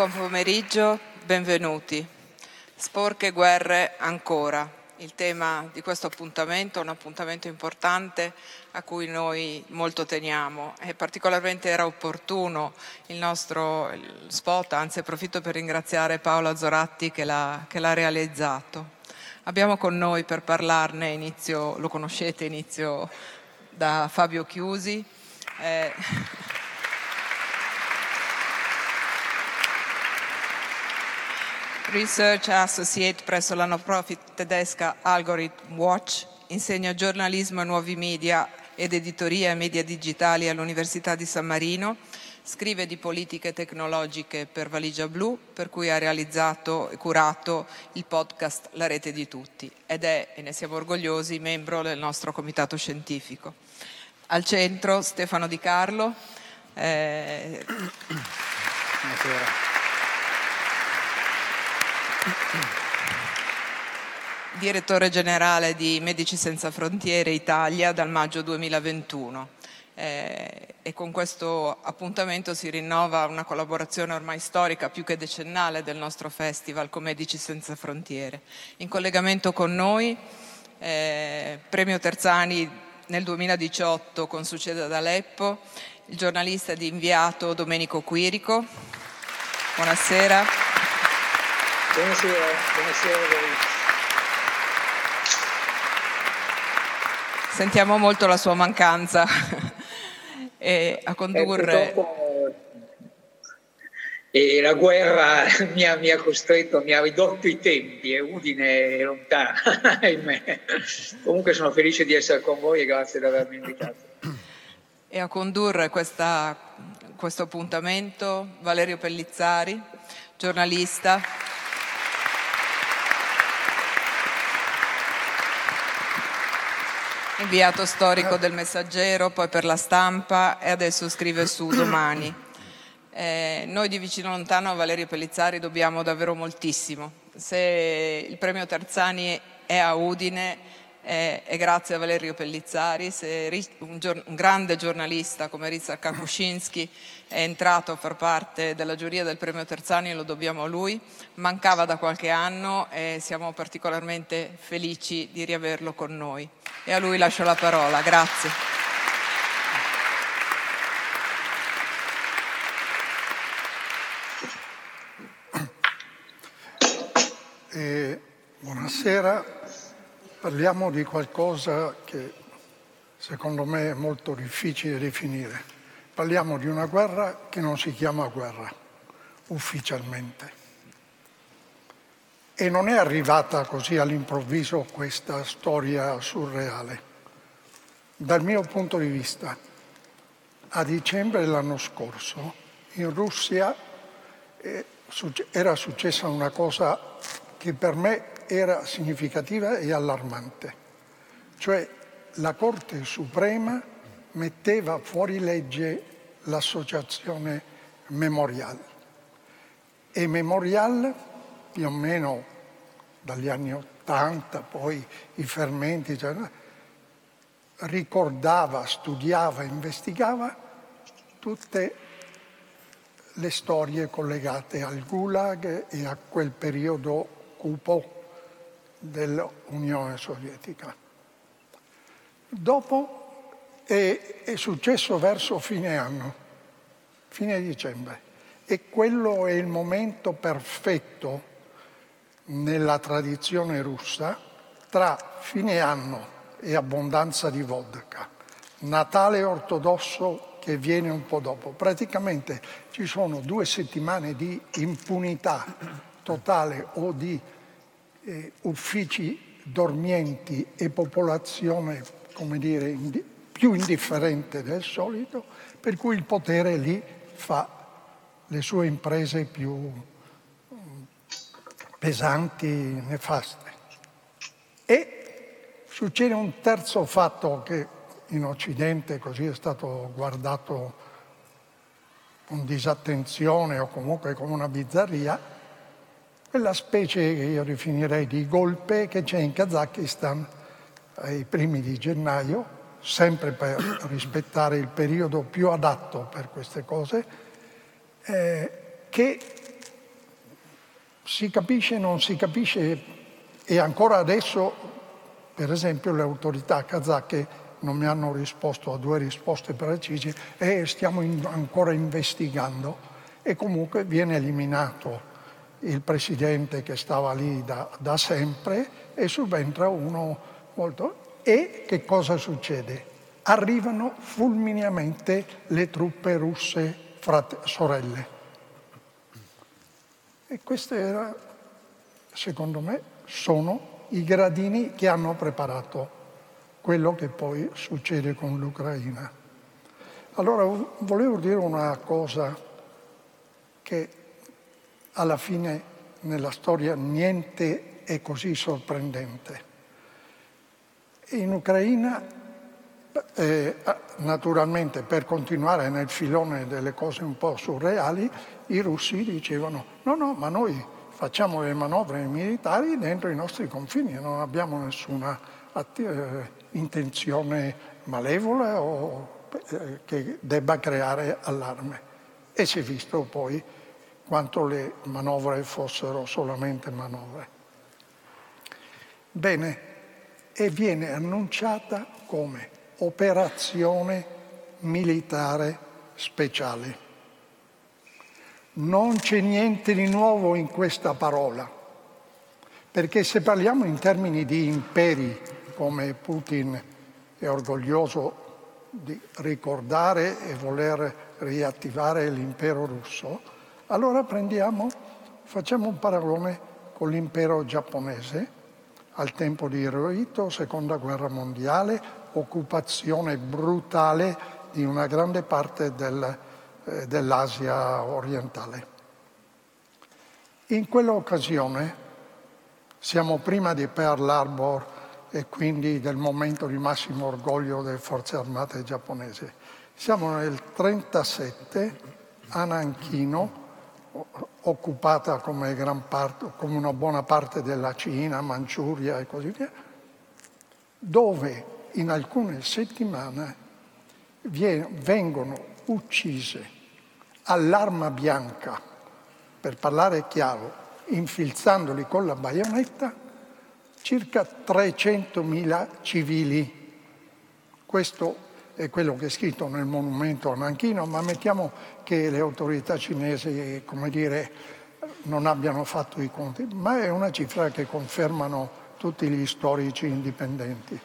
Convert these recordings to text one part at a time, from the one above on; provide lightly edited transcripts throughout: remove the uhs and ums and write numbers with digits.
Buon pomeriggio, benvenuti. Sporche guerre ancora. Il tema di questo appuntamento è un appuntamento importante a cui noi molto teniamo. E particolarmente era opportuno il nostro spot, anzi approfitto per ringraziare Paolo Azzoratti che l'ha realizzato. Abbiamo con noi per parlarne, lo conoscete, inizio da Fabio Chiusi. Research Associate presso la no-profit tedesca Algorithm Watch, insegna giornalismo e nuovi media ed editoria e media digitali all'Università di San Marino, scrive di politiche tecnologiche per Valigia Blu, per cui ha realizzato e curato il podcast La Rete di Tutti ed è, e ne siamo orgogliosi, membro del nostro comitato scientifico. Al centro Stefano Di Carlo. Buonasera. Direttore generale di Medici Senza Frontiere Italia dal maggio 2021 e con questo appuntamento si rinnova una collaborazione ormai storica più che decennale del nostro festival con Medici Senza Frontiere. In collegamento con noi Premio Terzani nel 2018 con Succede ad Aleppo, il giornalista ed inviato Domenico Quirico. Buonasera. Buonasera a voi. Sentiamo molto la sua mancanza e a condurre. E la guerra mi ha costretto, mi ha ridotto i tempi e Udine è lontana, ahimè. Comunque sono felice di essere con voi e grazie di avermi invitato. E a condurre questo appuntamento Valerio Pellizzari, giornalista. Inviato storico del Messaggero, poi per La Stampa e adesso scrive su Domani. Noi di vicino lontano a Valerio Pellizzari dobbiamo davvero moltissimo. Se il premio Terzani è a Udine è grazie a Valerio Pellizzari, se un grande giornalista come Ryszard Kapuściński è entrato a far parte della giuria del premio Terzani lo dobbiamo a lui. Mancava da qualche anno e siamo particolarmente felici di riaverlo con noi. E a lui lascio la parola. Grazie. Buonasera. Parliamo di qualcosa che secondo me è molto difficile definire. Parliamo di una guerra che non si chiama guerra ufficialmente. E non è arrivata così all'improvviso questa storia surreale. Dal mio punto di vista, a dicembre dell'anno scorso, in Russia era successa una cosa che per me era significativa e allarmante. Cioè la Corte Suprema metteva fuori legge l'associazione Memorial. E Memorial, più o meno dagli anni '80, poi i fermenti, eccetera, ricordava, studiava, investigava tutte le storie collegate al Gulag e a quel periodo cupo dell'Unione Sovietica. Dopo è successo verso fine anno, fine dicembre, e quello è il momento perfetto nella tradizione russa tra fine anno e abbondanza di vodka, Natale ortodosso che viene un po' dopo. Praticamente ci sono 2 settimane di impunità totale o di uffici dormienti e popolazione, come dire, più indifferente del solito, per cui il potere lì fa le sue imprese più pesanti, nefaste. E succede un terzo fatto che in Occidente così è stato guardato con disattenzione o comunque come una bizzarria, quella specie che io definirei di golpe che c'è in Kazakistan ai primi di gennaio, sempre per rispettare il periodo più adatto per queste cose, che Si capisce, non si capisce, e ancora adesso, per esempio, le autorità kazake non mi hanno risposto a 2 risposte precise e stiamo ancora investigando, e comunque viene eliminato il presidente che stava lì da sempre e subentra uno molto... E che cosa succede? Arrivano fulmineamente le truppe russe sorelle. E questi secondo me, sono i gradini che hanno preparato quello che poi succede con l'Ucraina. Allora, volevo dire una cosa che alla fine nella storia niente è così sorprendente. In Ucraina, naturalmente, per continuare nel filone delle cose un po' surreali, i russi dicevano no, ma noi facciamo le manovre militari dentro i nostri confini, non abbiamo nessuna intenzione malevola o che debba creare allarme. E si è visto poi quanto le manovre fossero solamente manovre. Bene, e viene annunciata come operazione militare speciale. Non c'è niente di nuovo in questa parola, perché se parliamo in termini di imperi, come Putin è orgoglioso di ricordare e voler riattivare l'impero russo, allora facciamo un paragone con l'impero giapponese, al tempo di Hirohito, seconda guerra mondiale, occupazione brutale di una grande parte dell'Asia orientale. In quell'occasione, siamo prima di Pearl Harbor e quindi del momento di massimo orgoglio delle forze armate giapponesi. Siamo nel 1937 a Nanchino, occupata come una buona parte della Cina, Manciuria e così via, dove in alcune settimane vengono uccise all'arma bianca, per parlare chiaro, infilzandoli con la baionetta, circa 300.000 civili. Questo è quello che è scritto nel monumento a Nanchino, ma mettiamo che le autorità cinesi, come dire, non abbiano fatto i conti, ma è una cifra che confermano tutti gli storici indipendenti.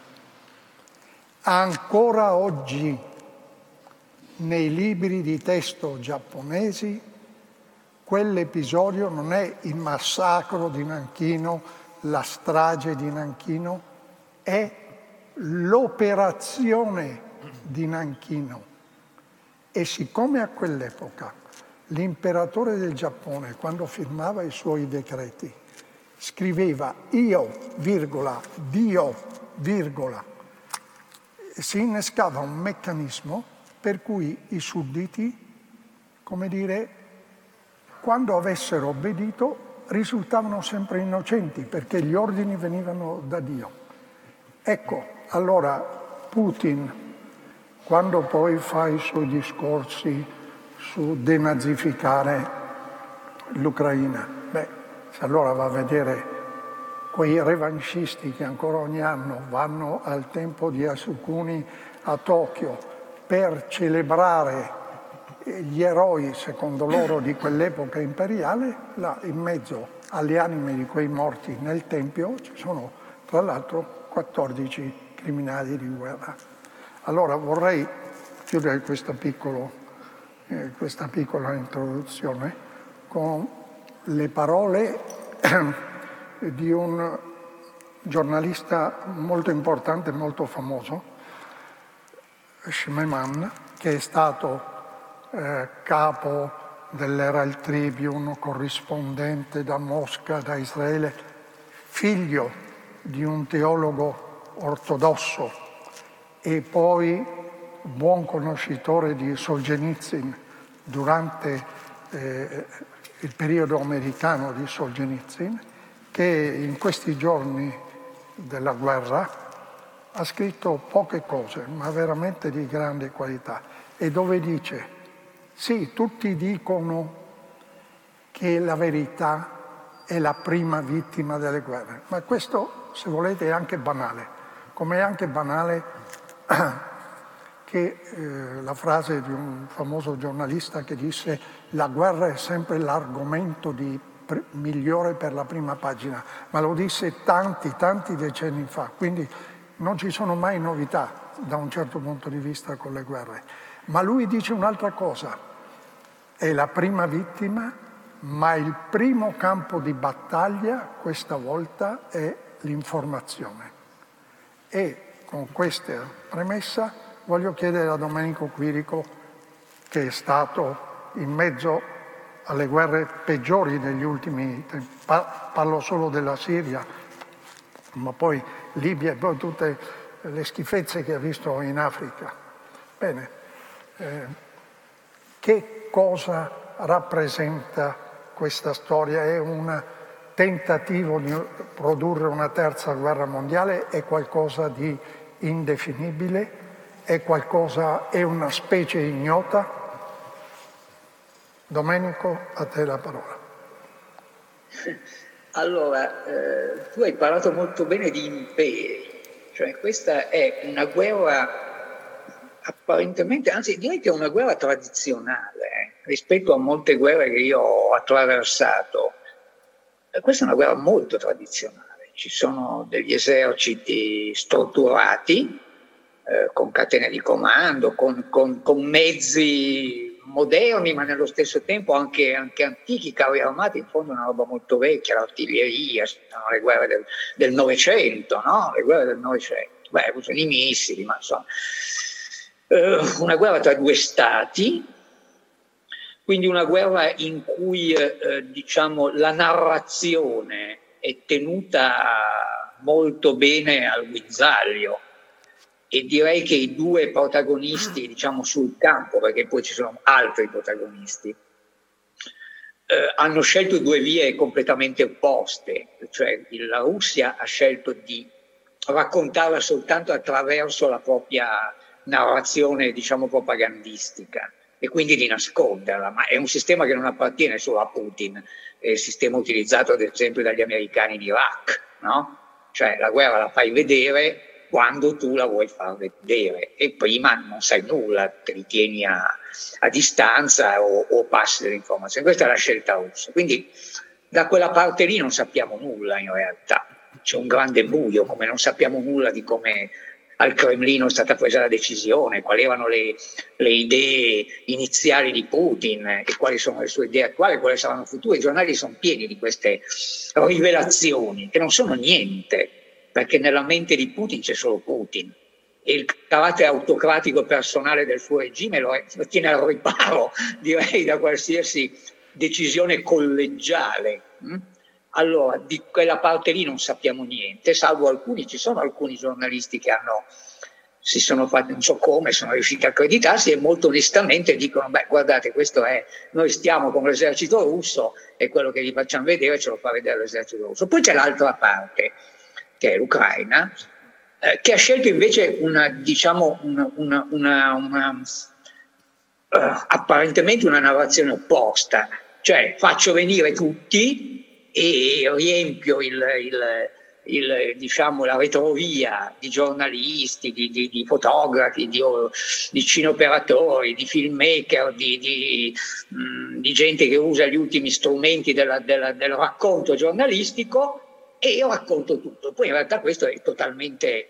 Ancora oggi, nei libri di testo giapponesi, quell'episodio non è il massacro di Nanchino, la strage di Nanchino, è l'operazione di Nanchino. E siccome a quell'epoca l'imperatore del Giappone, quando firmava i suoi decreti, scriveva io, virgola, Dio, virgola, si innescava un meccanismo per cui i sudditi, come dire, quando avessero obbedito risultavano sempre innocenti perché gli ordini venivano da Dio. Ecco, allora Putin, quando poi fa i suoi discorsi su denazificare l'Ucraina, se allora va a vedere quei revanscisti che ancora ogni anno vanno al tempio di Asukuni a Tokyo per celebrare gli eroi, secondo loro, di quell'epoca imperiale, là in mezzo alle anime di quei morti nel tempio ci sono tra l'altro 14 criminali di guerra. Allora vorrei chiudere questa piccola introduzione con le parole di un giornalista molto importante, molto famoso, Schmemann, che è stato capo dell'Herald Tribune, corrispondente da Mosca, da Israele, figlio di un teologo ortodosso e poi buon conoscitore di Solzhenitsyn durante il periodo americano di Solzhenitsyn, che in questi giorni della guerra ha scritto poche cose, ma veramente di grande qualità, e dove dice: sì, tutti dicono che la verità è la prima vittima delle guerre. Ma questo, se volete, è anche banale, come è anche banale che la frase di un famoso giornalista che disse la guerra è sempre l'argomento migliore per la prima pagina, ma lo disse tanti decenni fa, quindi non ci sono mai novità da un certo punto di vista con le guerre. Ma lui dice un'altra cosa, è la prima vittima, ma il primo campo di battaglia questa volta è l'informazione. E con questa premessa voglio chiedere a Domenico Quirico, che è stato in mezzo alle guerre peggiori degli ultimi tempi, parlo solo della Siria, ma poi Libia e poi tutte le schifezze che ha visto in Africa. Bene, che cosa rappresenta questa storia? È un tentativo di produrre una terza guerra mondiale? È qualcosa di indefinibile? È una specie ignota? Domenico, a te la parola. Allora, tu hai parlato molto bene di imperi, cioè questa è una guerra apparentemente, anzi direi che è una guerra tradizionale rispetto a molte guerre che io ho attraversato. Questa è una guerra molto tradizionale, ci sono degli eserciti strutturati, con catene di comando, con mezzi moderni, ma nello stesso tempo anche antichi, carri armati. In fondo è una roba molto vecchia, l'artiglieria, sono le guerre del Novecento, no? Le guerre del Novecento. Beh, usano i missili, ma insomma. Una guerra tra due stati, quindi una guerra in cui diciamo la narrazione è tenuta molto bene al guinzaglio. E direi che i due protagonisti, diciamo, sul campo, perché poi ci sono altri protagonisti, hanno scelto due vie completamente opposte. Cioè la Russia ha scelto di raccontarla soltanto attraverso la propria narrazione, diciamo, propagandistica, e quindi di nasconderla, ma è un sistema che non appartiene solo a Putin, è il sistema utilizzato ad esempio dagli americani in Iraq, no? Cioè la guerra la fai vedere quando tu la vuoi far vedere e prima non sai nulla, te li tieni a distanza o passi delle informazioni. Questa è la scelta russa. Quindi da quella parte lì non sappiamo nulla in realtà. C'è un grande buio, come non sappiamo nulla di come al Cremlino è stata presa la decisione, quali erano le idee iniziali di Putin e quali sono le sue idee attuali, quali saranno future. I giornali sono pieni di queste rivelazioni che non sono niente, perché nella mente di Putin c'è solo Putin e il carattere autocratico personale del suo regime lo tiene al riparo, direi, da qualsiasi decisione collegiale. Allora, di quella parte lì non sappiamo niente, salvo alcuni, ci sono alcuni giornalisti che si sono fatti, non so come, sono riusciti a accreditarsi e molto onestamente dicono, beh, guardate, questo è, noi stiamo con l'esercito russo e quello che vi facciamo vedere ce lo fa vedere l'esercito russo. Poi c'è l'altra parte, che è l'Ucraina, che ha scelto invece apparentemente una narrazione opposta, cioè faccio venire tutti e riempio diciamo, la retrovia di giornalisti, di fotografi, di cineoperatori, di filmmaker, di gente che usa gli ultimi strumenti del racconto giornalistico, e io racconto tutto. Poi in realtà questo è totalmente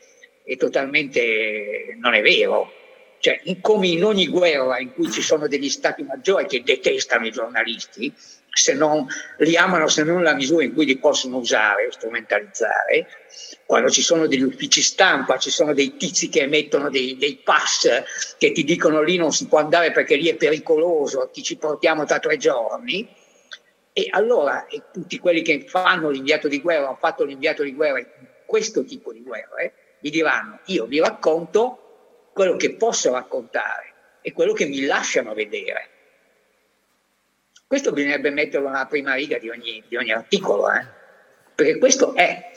non è vero. Cioè, come in ogni guerra in cui ci sono degli stati maggiori che detestano i giornalisti, se non li amano, se non la misura in cui li possono usare o strumentalizzare, quando ci sono degli uffici stampa, ci sono dei tizi che emettono dei pass che ti dicono lì non si può andare perché lì è pericoloso, ti ci portiamo tra 3 giorni, e allora tutti quelli che fanno l'inviato di guerra, hanno fatto l'inviato di guerra, questo tipo di guerre, gli diranno: io vi racconto quello che posso raccontare e quello che mi lasciano vedere. Questo bisognerebbe metterlo nella prima riga di ogni articolo, perché questo è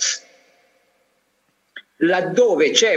laddove c'è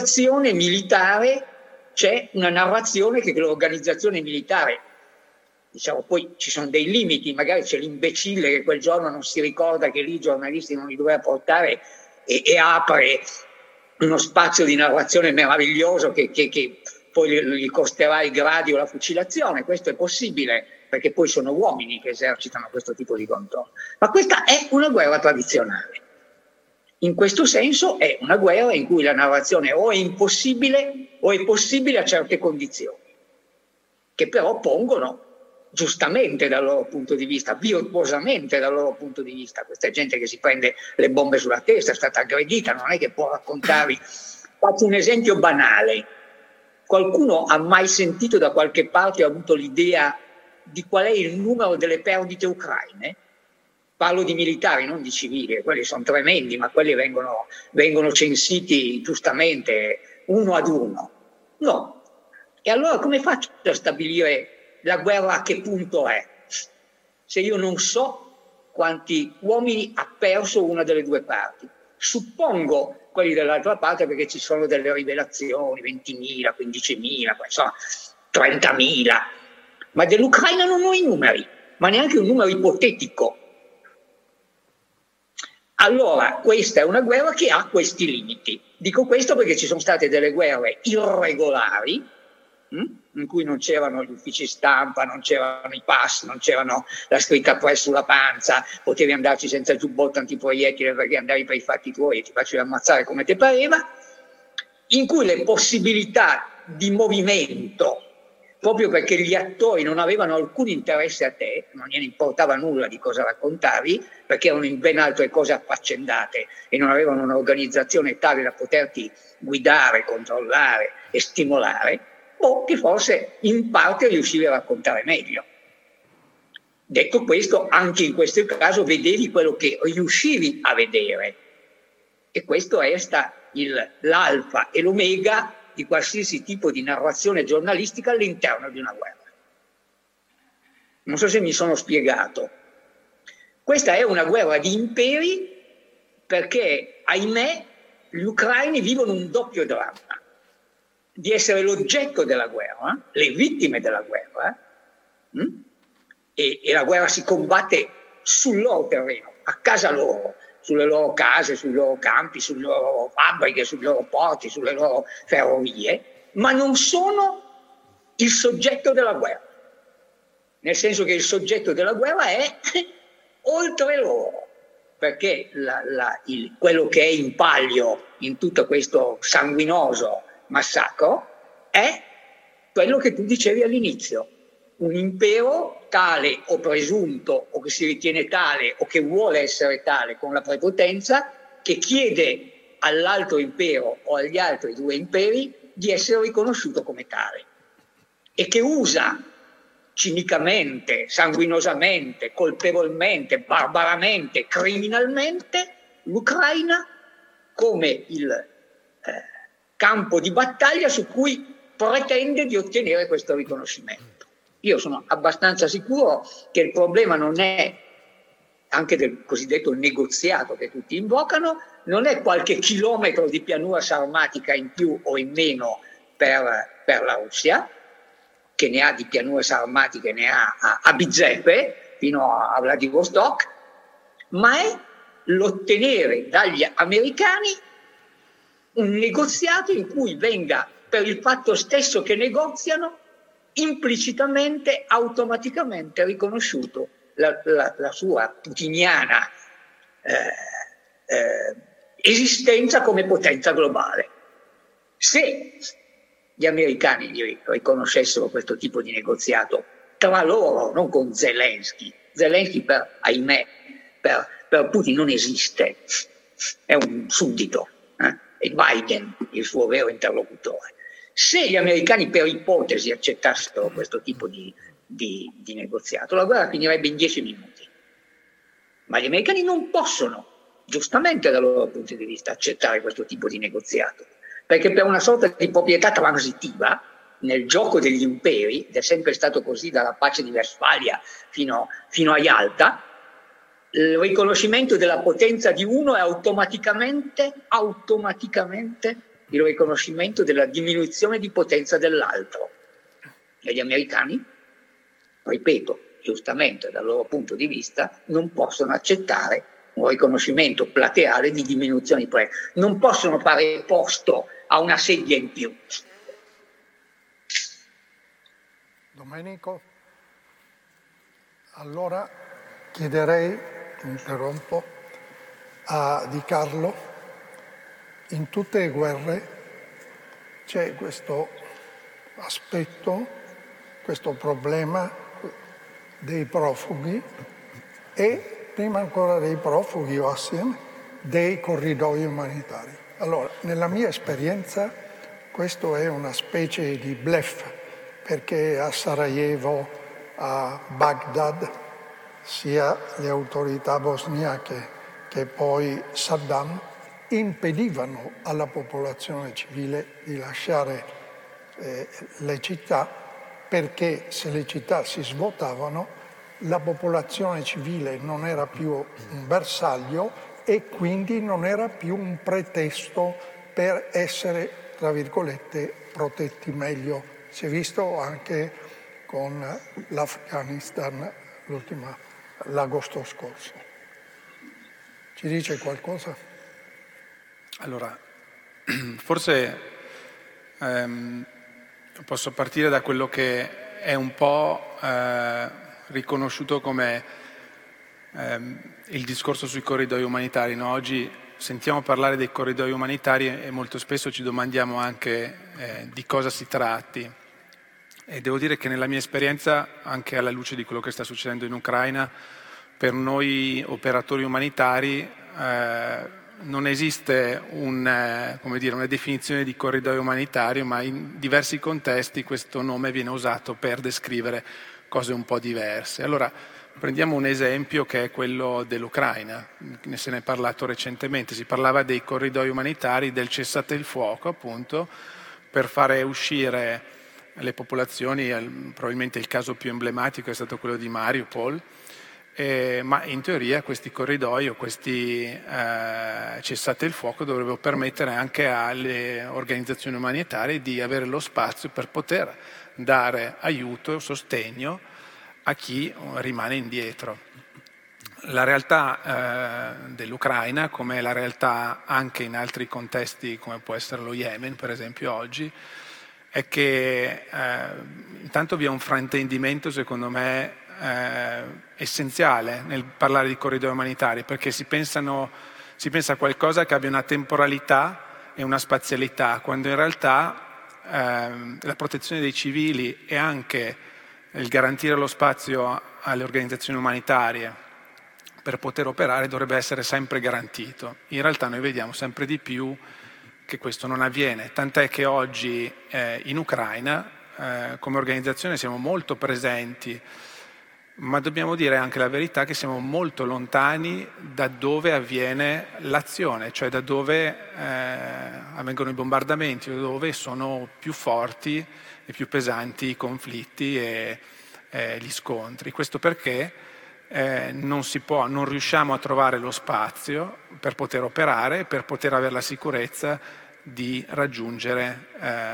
un'organizzazione militare, c'è una narrazione che l'organizzazione militare diciamo, poi ci sono dei limiti, magari c'è l'imbecille che quel giorno non si ricorda che lì i giornalisti non li doveva portare e apre uno spazio di narrazione meraviglioso che poi gli costerà i gradi o la fucilazione. Questo è possibile, perché poi sono uomini che esercitano questo tipo di controllo. Ma questa è una guerra tradizionale. In questo senso è una guerra in cui la narrazione o è impossibile o è possibile a certe condizioni, che però pongono, giustamente dal loro punto di vista, virtuosamente dal loro punto di vista, questa gente che si prende le bombe sulla testa, è stata aggredita, non è che può raccontarvi. Faccio un esempio banale. Qualcuno ha mai sentito da qualche parte, ha avuto l'idea di qual è il numero delle perdite ucraine? Parlo di militari, non di civili, quelli sono tremendi, ma quelli vengono censiti giustamente uno ad uno. No. E allora come faccio a stabilire la guerra a che punto è? Se io non so quanti uomini ha perso una delle due parti. Suppongo quelli dell'altra parte, perché ci sono delle rivelazioni, 20.000, 15.000, insomma 30.000. Ma dell'Ucraina non ho i numeri, ma neanche un numero ipotetico. Allora, questa è una guerra che ha questi limiti. Dico questo perché ci sono state delle guerre irregolari, in cui non c'erano gli uffici stampa, non c'erano i pass, non c'erano la scritta press sulla panza, potevi andarci senza giubbotto antiproiettile perché andavi per i fatti tuoi e ti facevi ammazzare come te pareva, in cui le possibilità di movimento, proprio perché gli attori non avevano alcun interesse a te, non gliene importava nulla di cosa raccontavi, perché erano in ben altre cose affaccendate e non avevano un'organizzazione tale da poterti guidare, controllare e stimolare, o che forse in parte riuscivi a raccontare meglio. Detto questo, anche in questo caso vedevi quello che riuscivi a vedere, e questo è l'alfa e l'omega di qualsiasi tipo di narrazione giornalistica all'interno di una guerra. Non so se mi sono spiegato. Questa è una guerra di imperi perché, ahimè, gli ucraini vivono un doppio dramma: di essere l'oggetto della guerra, le vittime della guerra, e la guerra si combatte sul loro terreno, a casa loro, sulle loro case, sui loro campi, sulle loro fabbriche, sui loro porti, sulle loro ferrovie, ma non sono il soggetto della guerra, nel senso che il soggetto della guerra è oltre loro, perché quello che è in palio in tutto questo sanguinoso massacro è quello che tu dicevi all'inizio: un impero tale o presunto, o che si ritiene tale o che vuole essere tale con la prepotenza, che chiede all'altro impero o agli altri due imperi di essere riconosciuto come tale, e che usa cinicamente, sanguinosamente, colpevolmente, barbaramente, criminalmente l'Ucraina come il campo di battaglia su cui pretende di ottenere questo riconoscimento. Io sono abbastanza sicuro che il problema non è, anche del cosiddetto negoziato che tutti invocano, non è qualche chilometro di pianura sarmatica in più o in meno per la Russia, che ne ha di pianure sarmatiche, ne ha a bizzeffe fino a Vladivostok, ma è l'ottenere dagli americani un negoziato in cui venga, per il fatto stesso che negoziano, implicitamente, automaticamente riconosciuto la sua putiniana esistenza come potenza globale. Se gli americani gli riconoscessero questo tipo di negoziato tra loro, non con Zelensky, ahimè, per Putin non esiste, è un suddito, è Biden il suo vero interlocutore. Se gli americani per ipotesi accettassero questo tipo di negoziato, la guerra finirebbe in 10 minuti. Ma gli americani non possono, giustamente dal loro punto di vista, accettare questo tipo di negoziato, perché per una sorta di proprietà transitiva nel gioco degli imperi, ed è sempre stato così dalla pace di Westfalia fino a Yalta, il riconoscimento della potenza di uno è automaticamente il riconoscimento della diminuzione di potenza dell'altro. E gli americani ripeto, giustamente dal loro punto di vista, non possono accettare un riconoscimento plateale di diminuzione di prezzi. Non possono fare posto a una sedia in più. Domenico, allora chiederei, interrompo, a Di Carlo, in tutte le guerre c'è questo aspetto, questo problema dei profughi e, prima ancora dei profughi o assieme, dei corridoi umanitari. Allora, nella mia esperienza questo è una specie di bluff, perché a Sarajevo, a Baghdad, sia le autorità bosniache che poi Saddam impedivano alla popolazione civile di lasciare le città, perché se le città si svuotavano la popolazione civile non era più un bersaglio e quindi non era più un pretesto per essere, tra virgolette, protetti meglio. Si è visto anche con l'Afghanistan l'agosto scorso. Ci dice qualcosa? Allora, forse posso partire da quello che è un po' riconosciuto come il discorso sui corridoi umanitari, no? Oggi sentiamo parlare dei corridoi umanitari e molto spesso ci domandiamo anche di cosa si tratti. E devo dire che nella mia esperienza, anche alla luce di quello che sta succedendo in Ucraina, per noi operatori umanitari non esiste una definizione di corridoio umanitario, ma in diversi contesti questo nome viene usato per descrivere cose un po' diverse. Allora, prendiamo un esempio che è quello dell'Ucraina, se ne è parlato recentemente, si parlava dei corridoi umanitari, del cessate il fuoco appunto, per fare uscire le popolazioni, probabilmente il caso più emblematico è stato quello di Mariupol, ma in teoria questi corridoi o questi cessate il fuoco dovrebbero permettere anche alle organizzazioni umanitarie di avere lo spazio per poter dare aiuto, sostegno a chi rimane indietro. La realtà dell'Ucraina, come la realtà anche in altri contesti come può essere lo Yemen per esempio oggi, è che intanto vi è un fraintendimento secondo me essenziale nel parlare di corridoi umanitari, perché si pensa a qualcosa che abbia una temporalità e una spazialità, quando in realtà la protezione dei civili e anche il garantire lo spazio alle organizzazioni umanitarie per poter operare dovrebbe essere sempre garantito. In realtà noi vediamo sempre di più che questo non avviene, tant'è che oggi in Ucraina come organizzazione siamo molto presenti, ma dobbiamo dire anche la verità che siamo molto lontani da dove avviene l'azione, cioè da dove avvengono i bombardamenti, da dove sono più forti e più pesanti i conflitti e gli scontri. Questo perché non riusciamo a trovare lo spazio per poter operare, per poter avere la sicurezza di raggiungere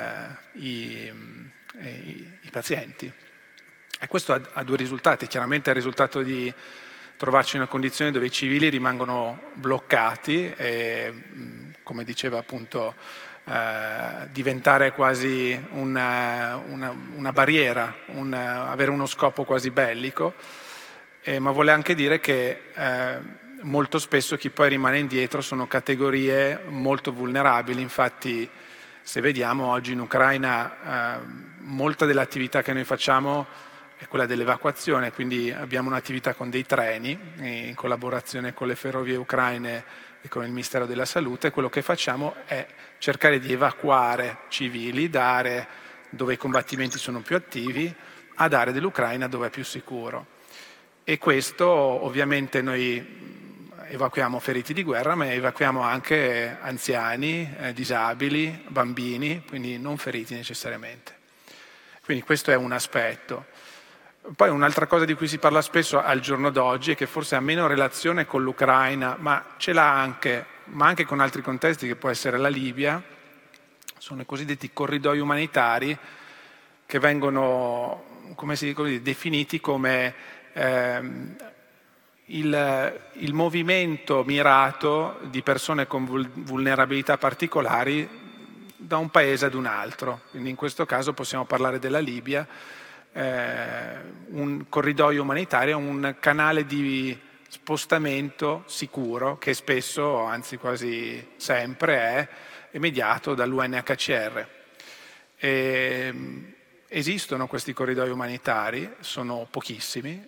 i pazienti. E questo ha due risultati. Chiaramente il risultato di trovarci in una condizione dove i civili rimangono bloccati e, come diceva appunto, diventare quasi una barriera, avere uno scopo quasi bellico, ma vuole anche dire che molto spesso chi poi rimane indietro sono categorie molto vulnerabili. Infatti, se vediamo oggi in Ucraina, molta dell'attività che noi facciamo è quella dell'evacuazione, quindi abbiamo un'attività con dei treni in collaborazione con le ferrovie ucraine e con il Ministero della Salute. Quello che facciamo è cercare di evacuare civili da aree dove i combattimenti sono più attivi ad aree dell'Ucraina dove è più sicuro. E questo ovviamente noi evacuiamo feriti di guerra, ma evacuiamo anche anziani, disabili, bambini, quindi non feriti necessariamente. Quindi questo è un aspetto. Poi un'altra cosa di cui si parla spesso al giorno d'oggi e che forse ha meno relazione con l'Ucraina, ma ce l'ha anche, ma anche con altri contesti che può essere la Libia, sono i cosiddetti corridoi umanitari che vengono definiti come il movimento mirato di persone con vulnerabilità particolari da un paese ad un altro. Quindi in questo caso possiamo parlare della Libia. Un corridoio umanitario è un canale di spostamento sicuro che spesso, anzi quasi sempre, è mediato dall'UNHCR. Esistono questi corridoi umanitari, sono pochissimi,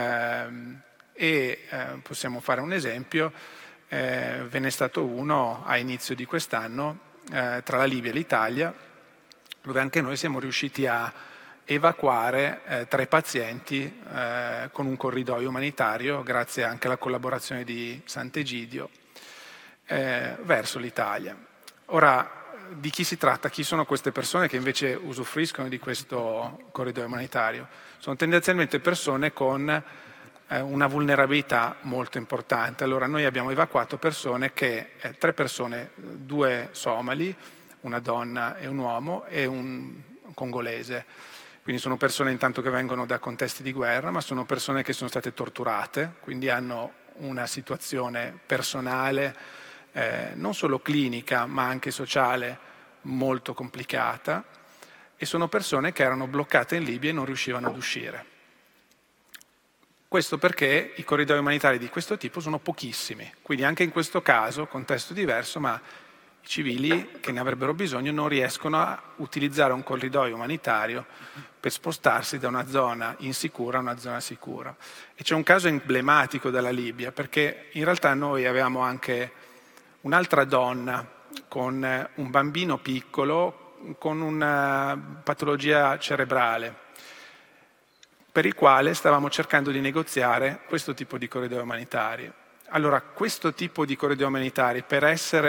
possiamo fare un esempio. Ve n'è stato uno a inizio di quest'anno tra la Libia e l'Italia, dove anche noi siamo riusciti a evacuare 3 pazienti con un corridoio umanitario, grazie anche alla collaborazione di Sant'Egidio, verso l'Italia. Ora, di chi si tratta? Chi sono queste persone che invece usufruiscono di questo corridoio umanitario? Sono tendenzialmente persone con una vulnerabilità molto importante. Allora, noi abbiamo evacuato persone 3 persone, 2 somali, una donna e un uomo, e un congolese. Quindi sono persone intanto che vengono da contesti di guerra, ma sono persone che sono state torturate, quindi hanno una situazione personale, non solo clinica ma anche sociale molto complicata, e sono persone che erano bloccate in Libia e non riuscivano ad uscire. Questo perché i corridoi umanitari di questo tipo sono pochissimi, quindi anche in questo caso, contesto diverso, ma i civili che ne avrebbero bisogno non riescono a utilizzare un corridoio umanitario per spostarsi da una zona insicura a una zona sicura. E c'è un caso emblematico della Libia, perché in realtà noi avevamo anche un'altra donna con un bambino piccolo con una patologia cerebrale, per il quale stavamo cercando di negoziare questo tipo di corridoi umanitari. Allora, questo tipo di corridoi umanitari, per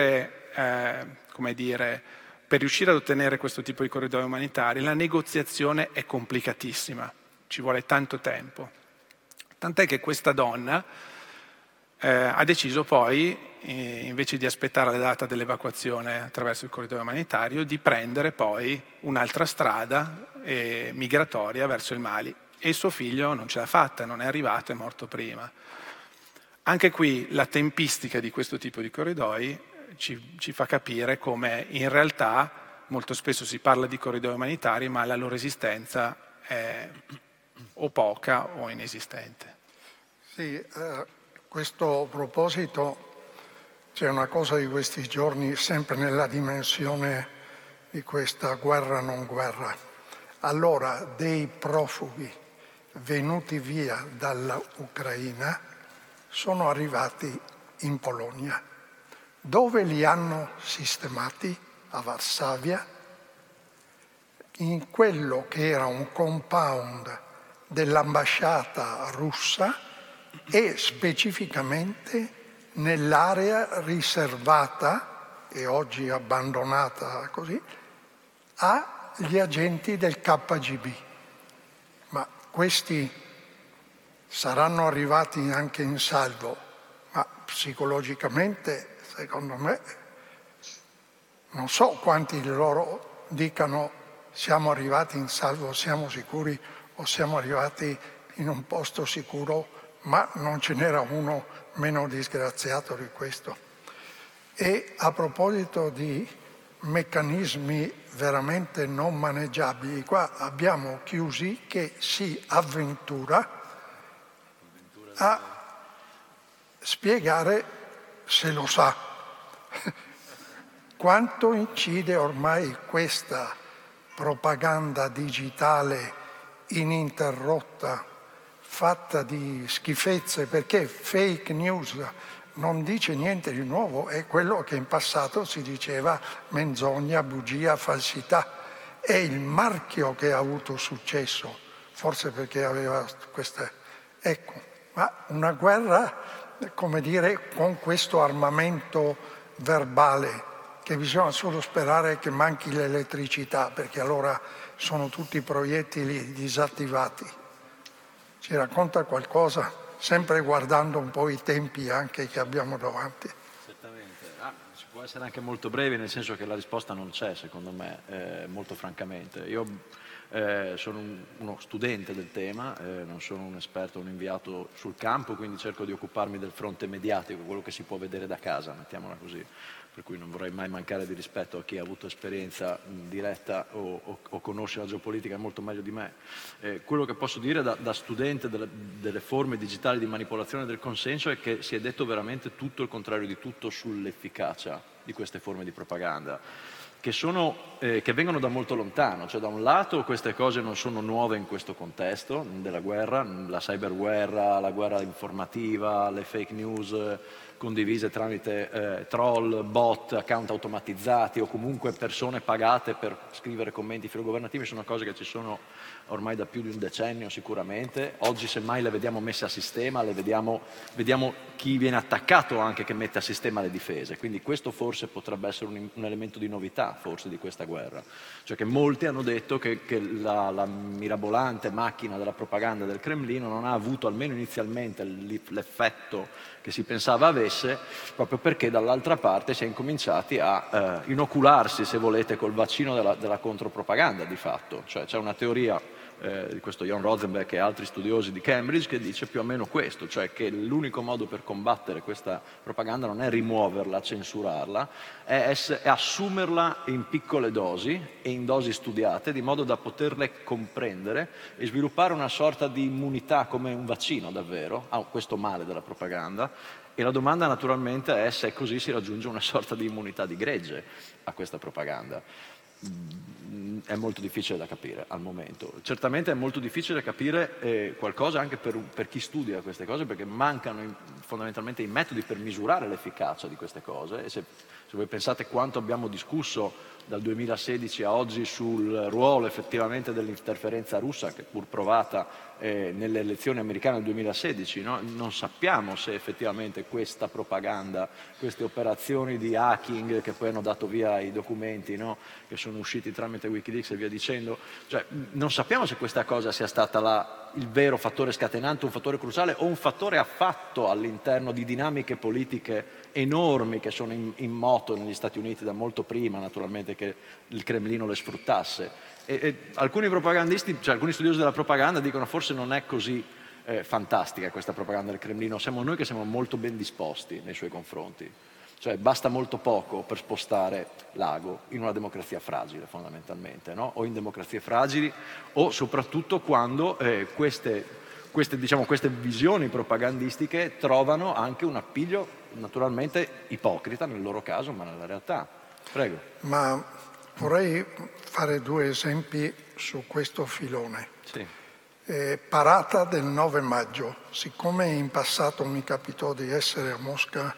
riuscire ad ottenere questo tipo di corridoi umanitari, la negoziazione è complicatissima, ci vuole tanto tempo. Tant'è che questa donna ha deciso poi, invece di aspettare la data dell'evacuazione attraverso il corridoio umanitario, di prendere poi un'altra strada migratoria verso il Mali. E il suo figlio non ce l'ha fatta, non è arrivato, è morto prima. Anche qui la tempistica di questo tipo di corridoi ci fa capire come in realtà molto spesso si parla di corridoi umanitari, ma la loro esistenza è o poca o inesistente. Sì, a questo proposito c'è una cosa di questi giorni, sempre nella dimensione di questa guerra non guerra. Allora, dei profughi venuti via dall'Ucraina sono arrivati in Polonia. Dove li hanno sistemati? A Varsavia, in quello che era un compound dell'ambasciata russa e specificamente nell'area riservata, e oggi abbandonata così, agli agenti del KGB. Ma questi saranno arrivati anche in salvo, ma psicologicamente, secondo me, non so quanti di loro dicano siamo arrivati in salvo, siamo sicuri, o siamo arrivati in un posto sicuro, ma non ce n'era uno meno disgraziato di questo. E a proposito di meccanismi veramente non maneggiabili, qua abbiamo Chiusi che si avventura a spiegare, se lo sa, quanto incide ormai questa propaganda digitale ininterrotta, fatta di schifezze, perché fake news non dice niente di nuovo, è quello che in passato si diceva menzogna, bugia, falsità. È il marchio che ha avuto successo, forse perché aveva queste... Ecco, ma una guerra, come dire, con questo armamento verbale, che bisogna solo sperare che manchi l'elettricità, perché allora sono tutti proiettili disattivati. Ci racconta qualcosa, sempre guardando un po' i tempi anche che abbiamo davanti. Certamente. Si può essere anche molto brevi, nel senso che la risposta non c'è, secondo me, molto francamente. Io Sono uno studente del tema, non sono un esperto, un inviato sul campo, quindi cerco di occuparmi del fronte mediatico, quello che si può vedere da casa, mettiamola così. Per cui non vorrei mai mancare di rispetto a chi ha avuto esperienza diretta o conosce la geopolitica molto meglio di me. Quello che posso dire da studente delle forme digitali di manipolazione del consenso è che si è detto veramente tutto il contrario di tutto sull'efficacia di queste forme di propaganda, che vengono da molto lontano. Cioè, da un lato queste cose non sono nuove in questo contesto della guerra, la cyberguerra, la guerra informativa, le fake news condivise tramite troll, bot, account automatizzati o comunque persone pagate per scrivere commenti filogovernativi, sono cose che ci sono ormai da più di un decennio sicuramente. Oggi semmai le vediamo messe a sistema, vediamo chi viene attaccato anche che mette a sistema le difese, quindi questo forse potrebbe essere un elemento di novità forse di questa guerra, cioè che molti hanno detto che la mirabolante macchina della propaganda del Cremlino non ha avuto almeno inizialmente l'effetto che si pensava avesse, proprio perché dall'altra parte si è incominciati a inocularsi, se volete, col vaccino della contropropaganda di fatto. Cioè c'è una teoria di questo Jon Rothenberg e altri studiosi di Cambridge che dice più o meno questo, cioè che l'unico modo per combattere questa propaganda non è rimuoverla, censurarla, è assumerla in piccole dosi e in dosi studiate, di modo da poterle comprendere e sviluppare una sorta di immunità come un vaccino davvero a questo male della propaganda. E la domanda naturalmente è se così si raggiunge una sorta di immunità di gregge a questa propaganda. È molto difficile da capire al momento. Certamente è molto difficile capire qualcosa anche per chi studia queste cose, perché mancano fondamentalmente i metodi per misurare l'efficacia di queste cose. E se voi pensate quanto abbiamo discusso dal 2016 a oggi sul ruolo effettivamente dell'interferenza russa, che pur provata nelle elezioni americane del 2016, no? Non sappiamo se effettivamente questa propaganda, queste operazioni di hacking che poi hanno dato via ai documenti, no? Che sono usciti tramite Wikileaks e via dicendo, cioè, non sappiamo se questa cosa sia stata il vero fattore scatenante, un fattore cruciale o un fattore affatto all'interno di dinamiche politiche enormi che sono in moto negli Stati Uniti da molto prima, naturalmente, che il Cremlino le sfruttasse. E alcuni propagandisti, cioè alcuni studiosi della propaganda dicono forse non è così fantastica questa propaganda del Cremlino, siamo noi che siamo molto ben disposti nei suoi confronti. Cioè basta molto poco per spostare l'ago in una democrazia fragile fondamentalmente, no? O in democrazie fragili o soprattutto quando queste visioni propagandistiche trovano anche un appiglio naturalmente ipocrita nel loro caso, ma nella realtà. Prego. Ma vorrei fare due esempi su questo filone. Sì. Parata del 9 maggio. Siccome in passato mi capitò di essere a Mosca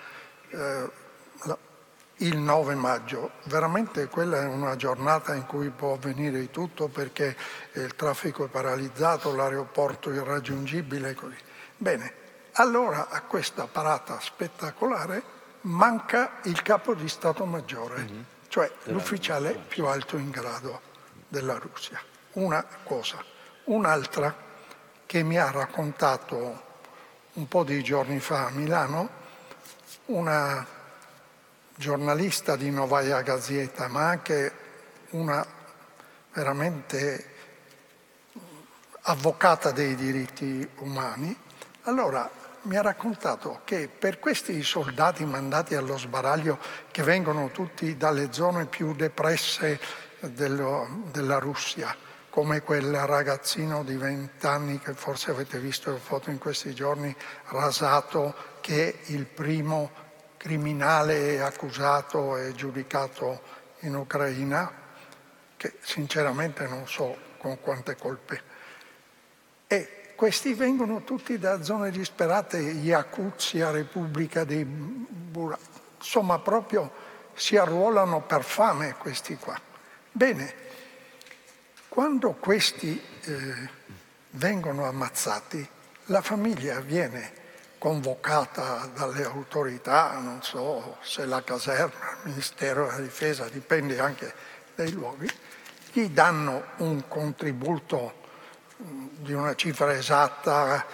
il 9 maggio, veramente quella è una giornata in cui può avvenire di tutto perché il traffico è paralizzato, l'aeroporto è irraggiungibile. Così. Bene, allora a questa parata spettacolare manca il capo di Stato Maggiore, cioè l'ufficiale più alto in grado della Russia. Una cosa. Un'altra che mi ha raccontato un po' di giorni fa a Milano, una giornalista di Novaya Gazeta, ma anche una veramente avvocata dei diritti umani, allora mi ha raccontato che per questi soldati mandati allo sbaraglio, che vengono tutti dalle zone più depresse della Russia, come quel ragazzino di 20 anni che forse avete visto le foto in questi giorni, rasato, che è il primo criminale accusato e giudicato in Ucraina, che sinceramente non so con quante colpe. E questi vengono tutti da zone disperate, Yakuzia, Repubblica dei Bura, insomma proprio si arruolano per fame questi qua. Bene, quando questi vengono ammazzati, la famiglia viene convocata dalle autorità, non so se la caserma, il Ministero della Difesa, dipende anche dai luoghi, gli danno un contributo di una cifra esatta,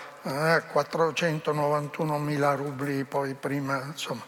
491.000 rubli, poi prima, insomma,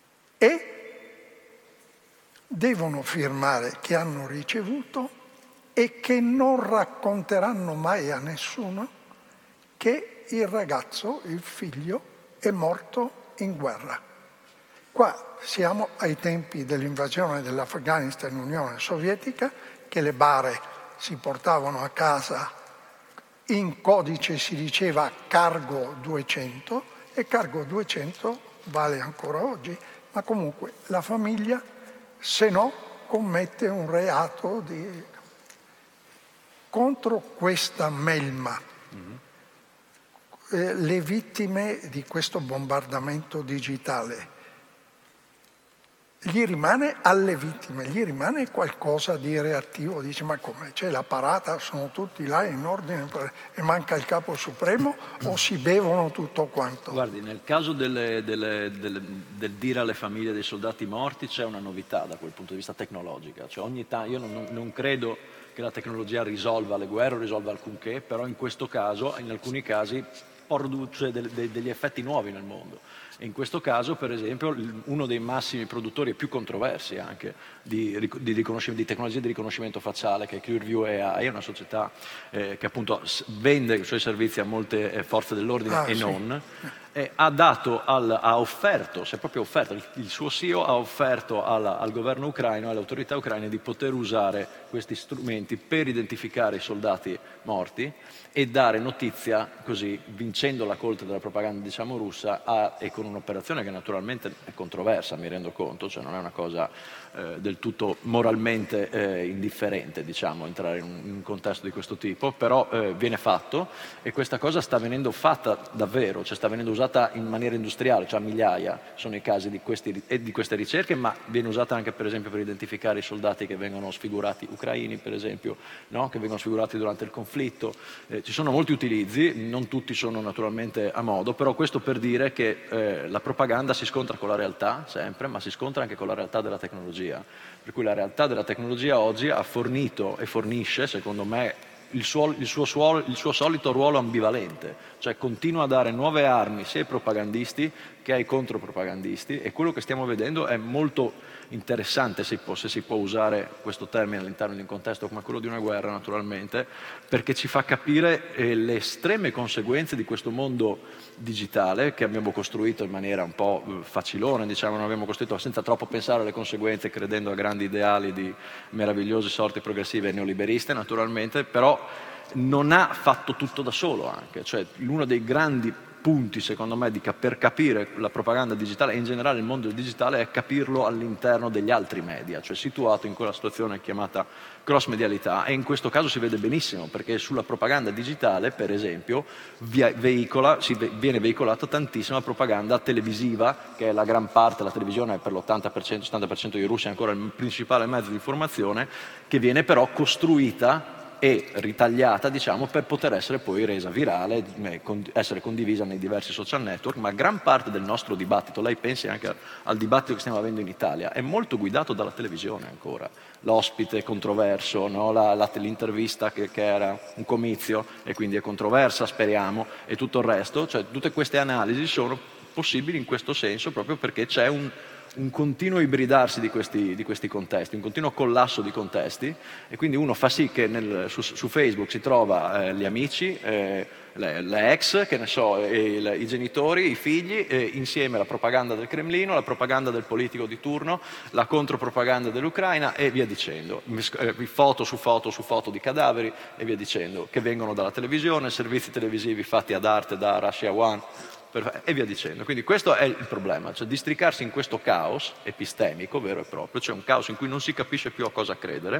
e devono firmare che hanno ricevuto e che non racconteranno mai a nessuno che il ragazzo, il figlio, è morto in guerra. Qua siamo ai tempi dell'invasione dell'Afghanistan in Unione Sovietica, che le bare si portavano a casa, in codice si diceva cargo 200, e cargo 200 vale ancora oggi, ma comunque la famiglia, se no, commette un reato contro questa melma. Le vittime di questo bombardamento digitale, alle vittime gli rimane qualcosa di reattivo? Dice, ma come, c'è la parata, sono tutti là in ordine e manca il capo supremo, o si bevono tutto quanto? Guardi, nel caso del dire alle famiglie dei soldati morti c'è una novità da quel punto di vista tecnologica. Cioè io non credo che la tecnologia risolva le guerre o risolva alcunché, però in questo caso, in alcuni casi, produce degli effetti nuovi nel mondo. E in questo caso, per esempio, uno dei massimi produttori e più controversi anche di tecnologie di riconoscimento facciale, che è Clearview AI, è una società che appunto vende i suoi servizi a molte forze dell'ordine non, ha offerto, si è proprio offerto, il suo CEO ha offerto al governo ucraino, alle autorità ucraine, di poter usare questi strumenti per identificare i soldati morti e dare notizia, così, vincendo la coltre della propaganda, diciamo, russa, e con un'operazione che naturalmente è controversa, mi rendo conto, cioè non è una cosa del tutto moralmente indifferente, diciamo, entrare in un contesto di questo tipo, però viene fatto, e questa cosa sta venendo fatta davvero, cioè sta venendo usata in maniera industriale, cioè a migliaia sono i casi di queste ricerche, ma viene usata anche, per esempio, per identificare i soldati che vengono sfigurati, ucraini per esempio, no? Che vengono sfigurati durante il conflitto. Ci sono molti utilizzi, non tutti sono naturalmente a modo, però questo per dire che la propaganda si scontra con la realtà sempre, ma si scontra anche con la realtà della tecnologia. Per cui la realtà della tecnologia oggi ha fornito e fornisce, secondo me, il suo solito ruolo ambivalente, cioè continua a dare nuove armi sia ai propagandisti che ai contropropagandisti, e quello che stiamo vedendo è molto interessante, se si può usare questo termine all'interno di un contesto come quello di una guerra, naturalmente, perché ci fa capire le estreme conseguenze di questo mondo digitale che abbiamo costruito in maniera un po' facilone, diciamo, non abbiamo costruito senza troppo pensare alle conseguenze, credendo a grandi ideali di meravigliose sorti progressive e neoliberiste, naturalmente, però non ha fatto tutto da solo anche, cioè uno dei grandi punti, secondo me, per capire la propaganda digitale e in generale il mondo del digitale è capirlo all'interno degli altri media, cioè situato in quella situazione chiamata cross-medialità, e in questo caso si vede benissimo, perché sulla propaganda digitale, per esempio, viene veicolata tantissima propaganda televisiva, che è la gran parte, la televisione è per l'80%, 70% dei russi è ancora il principale mezzo di informazione, che viene però costruita e ritagliata, diciamo, per poter essere poi resa virale, essere condivisa nei diversi social network. Ma gran parte del nostro dibattito, lei pensi anche al dibattito che stiamo avendo in Italia, è molto guidato dalla televisione ancora. L'ospite controverso, no? L'intervista che era un comizio e quindi è controversa, speriamo, e tutto il resto, cioè tutte queste analisi sono possibili in questo senso proprio perché c'è un continuo ibridarsi di questi contesti, un continuo collasso di contesti, e quindi uno fa sì che su Facebook si trova gli amici, le ex, che ne so, i genitori, i figli, insieme la propaganda del Cremlino, la propaganda del politico di turno, la contropropaganda dell'Ucraina e via dicendo, foto su foto di cadaveri e via dicendo, che vengono dalla televisione, servizi televisivi fatti ad arte da Russia One, e via dicendo. Quindi questo è il problema, cioè districarsi in questo caos epistemico vero e proprio, cioè un caos in cui non si capisce più a cosa credere,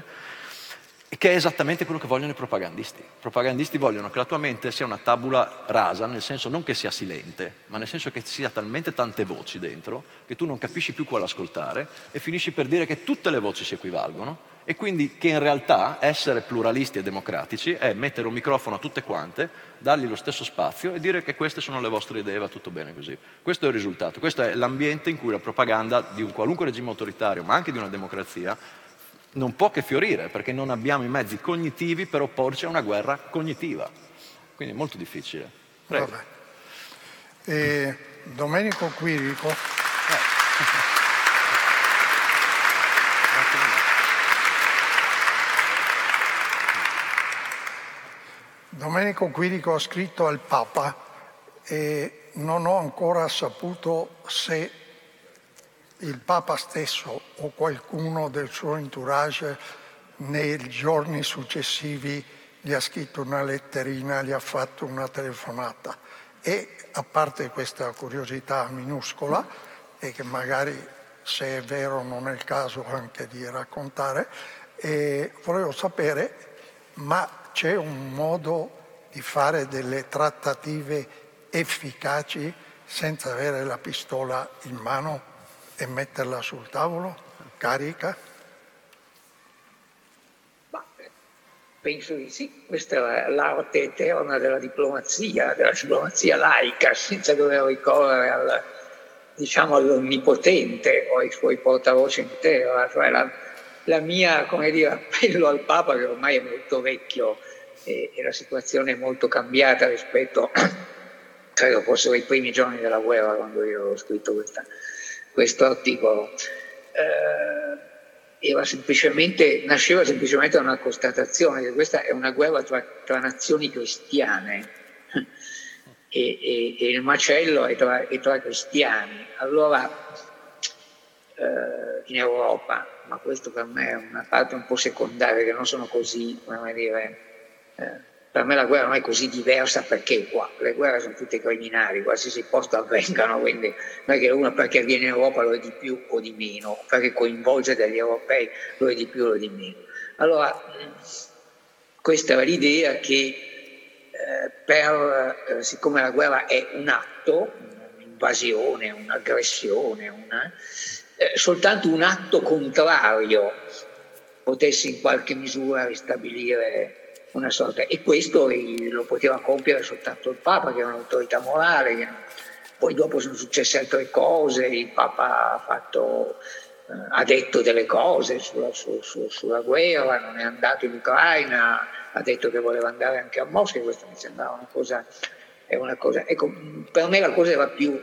che è esattamente quello che vogliono i propagandisti. I propagandisti vogliono che la tua mente sia una tabula rasa, nel senso non che sia silente, ma nel senso che ci sia talmente tante voci dentro che tu non capisci più quale ascoltare e finisci per dire che tutte le voci si equivalgono, e quindi che in realtà essere pluralisti e democratici è mettere un microfono a tutte quante, dargli lo stesso spazio e dire che queste sono le vostre idee, va tutto bene così. Questo è il risultato, questo è l'ambiente in cui la propaganda di un qualunque regime autoritario, ma anche di una democrazia, non può che fiorire, perché non abbiamo i mezzi cognitivi per opporci a una guerra cognitiva. Quindi è molto difficile. Prego. Domenico Quirico. Domenico Quirico ha scritto al Papa e non ho ancora saputo se il Papa stesso o qualcuno del suo entourage nei giorni successivi gli ha scritto una letterina, gli ha fatto una telefonata. E a parte questa curiosità minuscola, e che magari se è vero non è il caso anche di raccontare, volevo sapere, ma c'è un modo di fare delle trattative efficaci senza avere la pistola in mano e metterla sul tavolo, carica? Penso di sì, questa è l'arte eterna della diplomazia laica, senza dover ricorrere all'onnipotente o ai suoi portavoce in terra. Cioè la mia, appello al Papa, che ormai è molto vecchio e la situazione è molto cambiata rispetto, credo fossero i primi giorni della guerra quando io ho scritto questo articolo. Nasceva semplicemente da una constatazione che questa è una guerra tra nazioni cristiane e il macello è tra cristiani. Allora in Europa, ma questo per me è una parte un po' secondaria, che non sono così, per me la guerra non è così diversa, perché qua le guerre sono tutte criminali, qualsiasi posto avvengano, quindi non è che uno perché viene in Europa lo è di più o di meno, perché coinvolge degli europei lo è di più o di meno. Allora questa era l'idea che siccome la guerra è un atto, un'invasione, un'aggressione, soltanto un atto contrario potesse in qualche misura ristabilire una sorta, e questo lo poteva compiere soltanto il Papa, che era un'autorità morale. Poi dopo sono successe altre cose, il Papa ha detto delle cose sulla guerra, non è andato in Ucraina, ha detto che voleva andare anche a Mosca, questo mi sembrava una cosa. Ecco, per me la cosa era più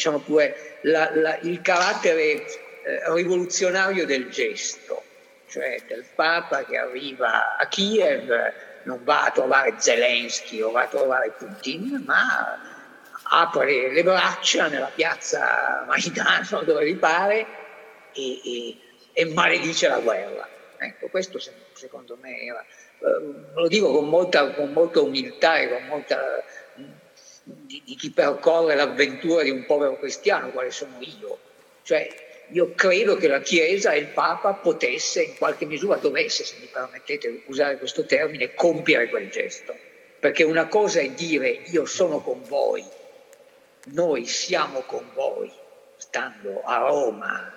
il carattere rivoluzionario del gesto, cioè del Papa che arriva a Kiev, non va a trovare Zelensky o va a trovare Putin, ma apre le braccia nella piazza Maidano, dove gli pare, e maledice la guerra. Ecco, questo secondo me era, lo dico con molta umiltà e con molta di chi percorre l'avventura di un povero cristiano, quale sono io. Cioè, io credo che la Chiesa e il Papa potesse, in qualche misura dovesse, se mi permettete di usare questo termine, compiere quel gesto. Perché una cosa è dire io sono con voi, noi siamo con voi, stando a Roma,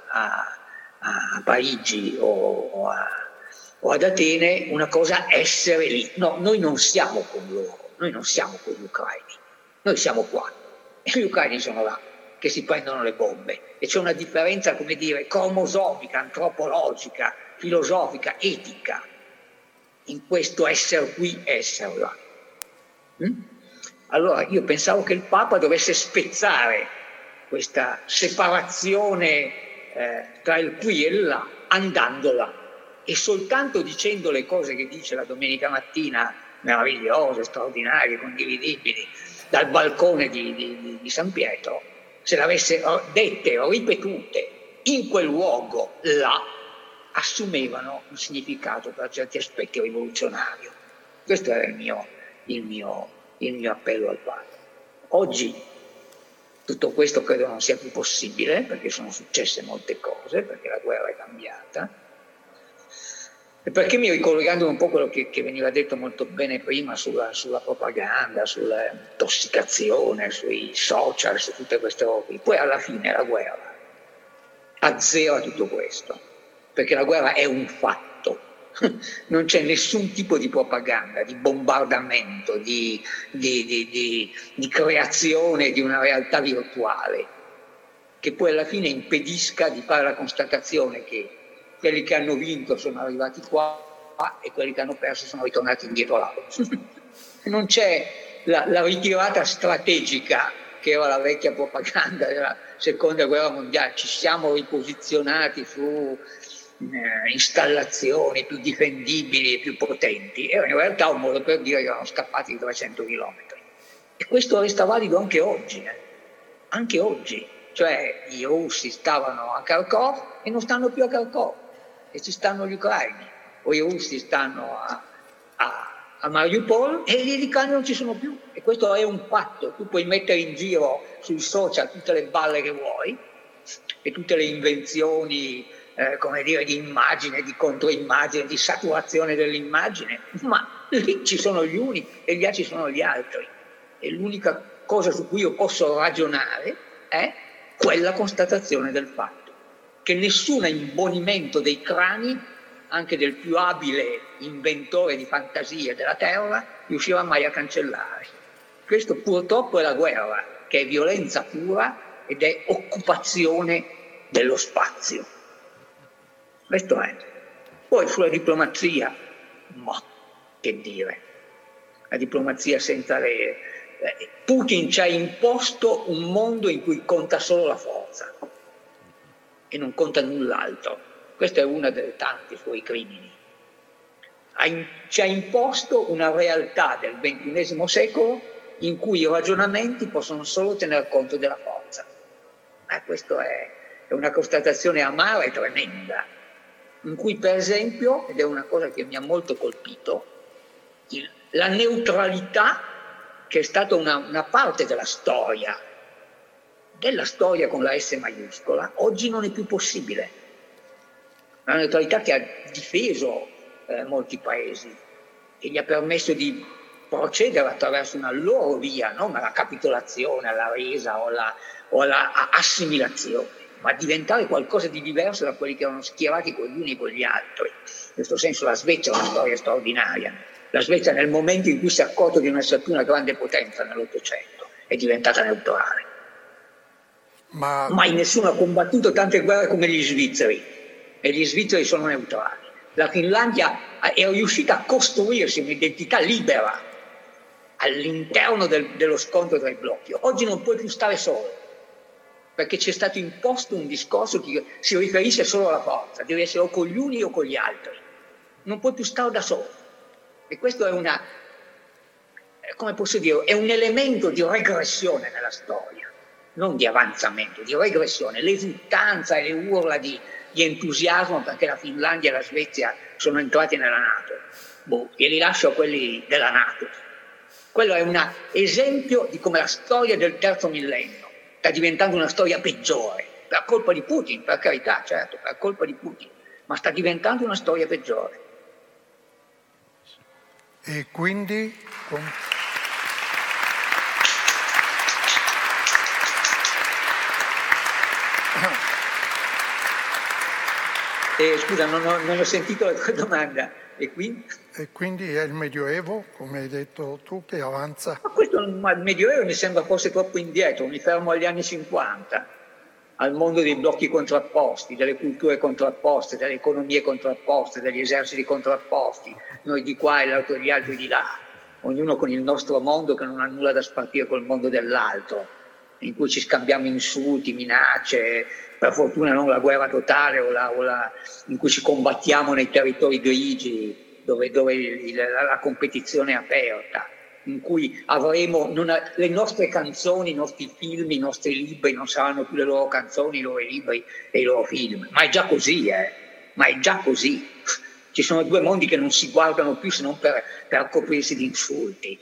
a Parigi o ad Atene, una cosa è essere lì. No, noi non siamo con loro, noi non siamo con gli ucraini, noi siamo qua e gli ucraini sono là, che si prendono le bombe, e c'è una differenza, cromosomica, antropologica, filosofica, etica in questo essere qui e essere là. Allora io pensavo che il Papa dovesse spezzare questa separazione tra il qui e il là, andando là, e soltanto dicendo le cose che dice la domenica mattina, meravigliose, straordinarie, condividibili, dal balcone di San Pietro, se le avesse dette o ripetute in quel luogo là, assumevano un significato per certi aspetti rivoluzionario. Questo era il mio appello al Papa. Oggi tutto questo credo non sia più possibile, perché sono successe molte cose, perché la guerra è cambiata, e perché mi ricollegando un po' a quello che veniva detto molto bene prima sulla propaganda, sull'intossicazione, sui social, su tutte queste robe. Poi alla fine la guerra azzera tutto questo, perché la guerra è un fatto, non c'è nessun tipo di propaganda, di bombardamento, di creazione di una realtà virtuale, che poi alla fine impedisca di fare la constatazione che quelli che hanno vinto sono arrivati qua e quelli che hanno perso sono ritornati indietro là. Non c'è la ritirata strategica che era la vecchia propaganda della seconda guerra mondiale, ci siamo riposizionati su installazioni più difendibili e più potenti, era in realtà un modo per dire che erano scappati di 300 chilometri. E questo resta valido anche oggi. Anche oggi. Cioè i russi stavano a Kharkov e non stanno più a Kharkov, e ci stanno gli ucraini, o i russi stanno a Mariupol e gli americani non ci sono più. E questo è un fatto. Tu puoi mettere in giro sui social tutte le balle che vuoi e tutte le invenzioni come dire, di immagine, di controimmagine, di saturazione dell'immagine, ma lì ci sono gli uni e lì ci sono gli altri. E l'unica cosa su cui io posso ragionare è quella constatazione del fatto che nessun imbonimento dei crani, anche del più abile inventore di fantasie della Terra, riuscirà mai a cancellare. Questo purtroppo è la guerra, che è violenza pura ed è occupazione dello spazio. Questo è. Poi sulla diplomazia, ma che dire, la diplomazia senza le... Putin ci ha imposto un mondo in cui conta solo la forza e non conta null'altro. Questo è uno dei tanti suoi crimini. Ci ha imposto una realtà del XXI secolo in cui i ragionamenti possono solo tener conto della forza. Questa è una constatazione amara e tremenda, in cui per esempio, ed è una cosa che mi ha molto colpito, la neutralità, che è stata una parte della storia con la S maiuscola, oggi non è più possibile. Una neutralità che ha difeso molti paesi, che gli ha permesso di procedere attraverso una loro via, non alla capitolazione, alla resa o alla assimilazione, ma diventare qualcosa di diverso da quelli che erano schierati con gli uni e con gli altri. In questo senso la Svezia è una storia straordinaria. La Svezia nel momento in cui si è accorto di non essere più una grande potenza nell'Ottocento è diventata neutrale. Mai nessuno ha combattuto tante guerre come gli svizzeri, e gli svizzeri sono neutrali. La Finlandia è riuscita a costruirsi un'identità libera all'interno dello scontro tra i blocchi. Oggi non puoi più stare solo, perché ci è stato imposto un discorso che si riferisce solo alla forza, deve essere o con gli uni o con gli altri. Non puoi più stare da solo. E questo è come posso dire, è un elemento di regressione nella storia, non di avanzamento, di regressione. L'esultanza e le urla di entusiasmo perché la Finlandia e la Svezia sono entrati nella NATO, glieli lascio a quelli della NATO. Quello è un esempio di come la storia del terzo millennio sta diventando una storia peggiore, per colpa di Putin, per carità, certo, per colpa di Putin, ma sta diventando una storia peggiore. E quindi... Scusa, non ho sentito la tua domanda. E quindi è il Medioevo, come hai detto tu, che avanza? Ma il Medioevo mi sembra forse troppo indietro, mi fermo agli anni 50, al mondo dei blocchi contrapposti, delle culture contrapposte, delle economie contrapposte, degli eserciti contrapposti, noi di qua e gli altri di là, ognuno con il nostro mondo che non ha nulla da spartire col mondo dell'altro, in cui ci scambiamo insulti, minacce, per fortuna non la guerra totale in cui ci combattiamo nei territori grigi, dove la competizione è aperta, in cui avremo le nostre canzoni, i nostri film, i nostri libri non saranno più le loro canzoni, i loro libri e i loro film. Ma è già così, ma è già così. Ci sono due mondi che non si guardano più se non per coprirsi di insulti.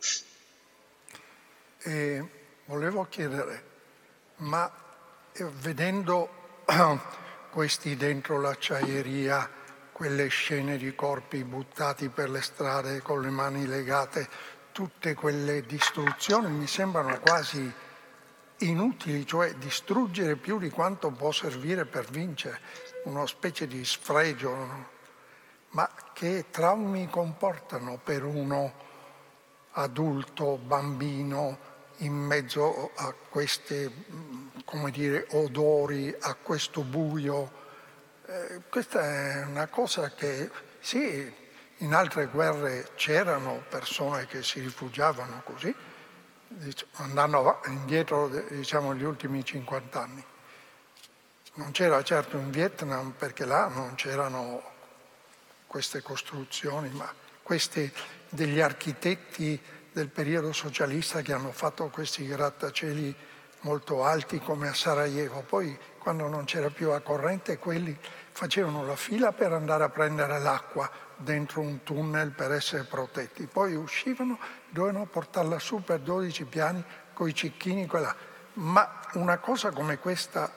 Volevo chiedere, ma vedendo questi dentro l'acciaieria, quelle scene di corpi buttati per le strade con le mani legate, tutte quelle distruzioni mi sembrano quasi inutili, cioè distruggere più di quanto può servire per vincere, una specie di sfregio, no? Ma che traumi comportano per uno adulto, bambino, in mezzo a questi, come dire, odori, a questo buio? Questa è una cosa che, sì, in altre guerre c'erano persone che si rifugiavano così, andando indietro, diciamo, gli ultimi 50 anni. Non c'era certo in Vietnam, perché là non c'erano queste costruzioni, ma questi degli architetti del periodo socialista che hanno fatto questi grattacieli molto alti come a Sarajevo. Poi quando non c'era più la corrente, quelli facevano la fila per andare a prendere l'acqua dentro un tunnel per essere protetti. Poi uscivano, dovevano portarla su per 12 piani con i cecchini. Ma una cosa come questa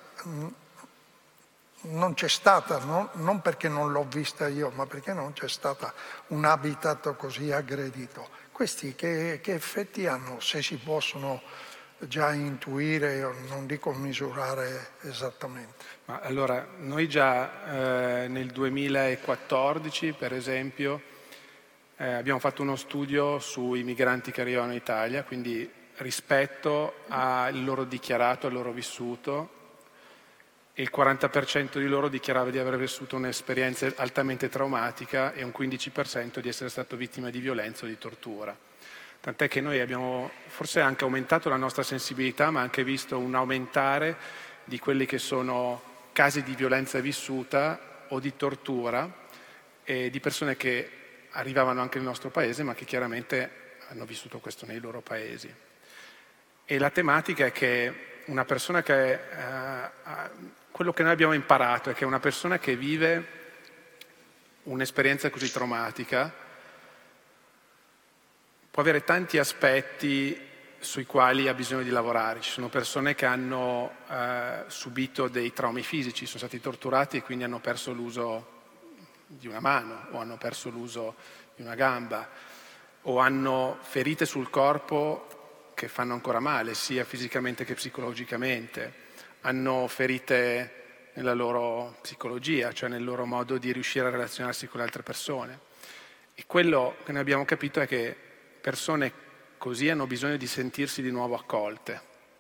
non c'è stata, non perché non l'ho vista io, ma perché non c'è stato un habitat così aggredito. Questi che effetti hanno, se si possono già intuire, non dico misurare esattamente? Ma allora, noi già nel 2014, per esempio, abbiamo fatto uno studio sui migranti che arrivano in Italia, quindi rispetto al loro dichiarato, al loro vissuto, e il 40% di loro dichiarava di aver vissuto un'esperienza altamente traumatica e un 15% di essere stato vittima di violenza o di tortura. Tant'è che noi abbiamo forse anche aumentato la nostra sensibilità, ma anche visto un aumentare di quelli che sono casi di violenza vissuta o di tortura e di persone che arrivavano anche nel nostro paese, ma che chiaramente hanno vissuto questo nei loro paesi. E la tematica è che una persona che quello che noi abbiamo imparato è che una persona che vive un'esperienza così traumatica può avere tanti aspetti sui quali ha bisogno di lavorare. Ci sono persone che hanno subito dei traumi fisici, sono stati torturati e quindi hanno perso l'uso di una mano o hanno perso l'uso di una gamba o hanno ferite sul corpo che fanno ancora male, sia fisicamente che psicologicamente. Hanno ferite nella loro psicologia, cioè nel loro modo di riuscire a relazionarsi con le altre persone. E quello che noi abbiamo capito è che persone così hanno bisogno di sentirsi di nuovo accolte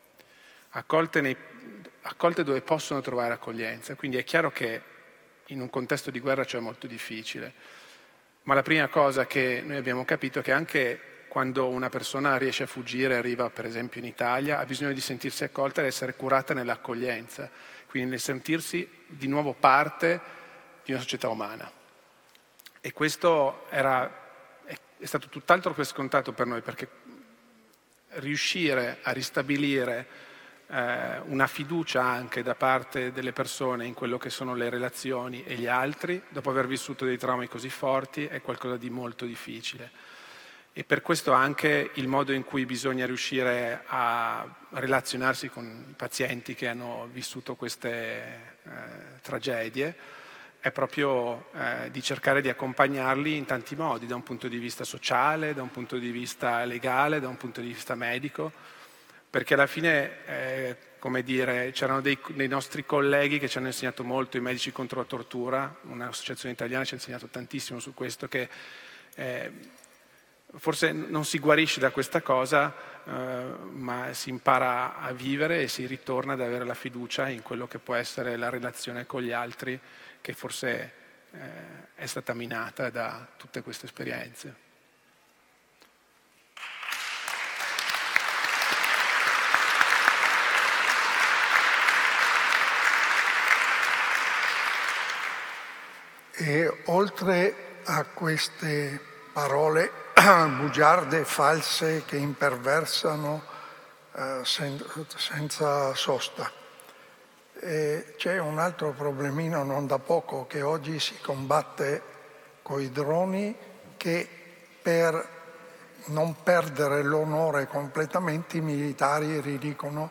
dove possono trovare accoglienza. Quindi è chiaro che in un contesto di guerra è molto difficile, ma la prima cosa che noi abbiamo capito è che anche quando una persona riesce a fuggire e arriva per esempio in Italia, ha bisogno di sentirsi accolta e essere curata nell'accoglienza, quindi nel sentirsi di nuovo parte di una società umana. E questo è stato tutt'altro che scontato per noi, perché riuscire a ristabilire una fiducia anche da parte delle persone in quello che sono le relazioni e gli altri, dopo aver vissuto dei traumi così forti, è qualcosa di molto difficile. E per questo anche il modo in cui bisogna riuscire a relazionarsi con i pazienti che hanno vissuto queste tragedie è proprio di cercare di accompagnarli in tanti modi, da un punto di vista sociale, da un punto di vista legale, da un punto di vista medico, perché alla fine, come dire, c'erano dei nostri colleghi che ci hanno insegnato molto, i Medici contro la tortura, un'associazione italiana ci ha insegnato tantissimo su questo, che forse non si guarisce da questa cosa, ma si impara a vivere e si ritorna ad avere la fiducia in quello che può essere la relazione con gli altri, che forse è stata minata da tutte queste esperienze. E oltre a queste parole bugiarde, false, che imperversano senza sosta, c'è un altro problemino non da poco, che oggi si combatte coi droni, che per non perdere l'onore completamente i militari ridicono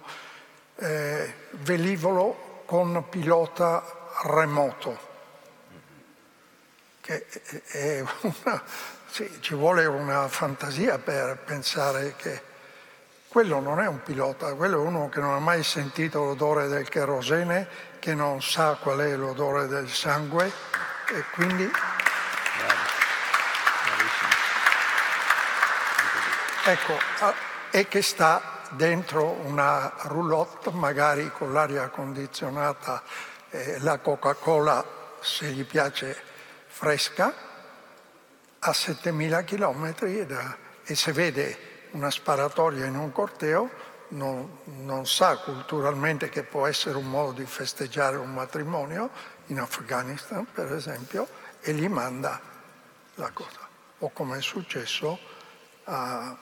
velivolo con pilota remoto. Che è sì, ci vuole una fantasia per pensare che quello non è un pilota, quello è uno che non ha mai sentito l'odore del cherosene, che non sa qual è l'odore del sangue e quindi ecco, e che sta dentro una roulotte, magari con l'aria condizionata, la Coca-Cola, se gli piace, fresca, a 7.000 chilometri, e se vede una sparatoria in un corteo non sa culturalmente che può essere un modo di festeggiare un matrimonio, in Afghanistan per esempio, e gli manda la cosa. O come è successo a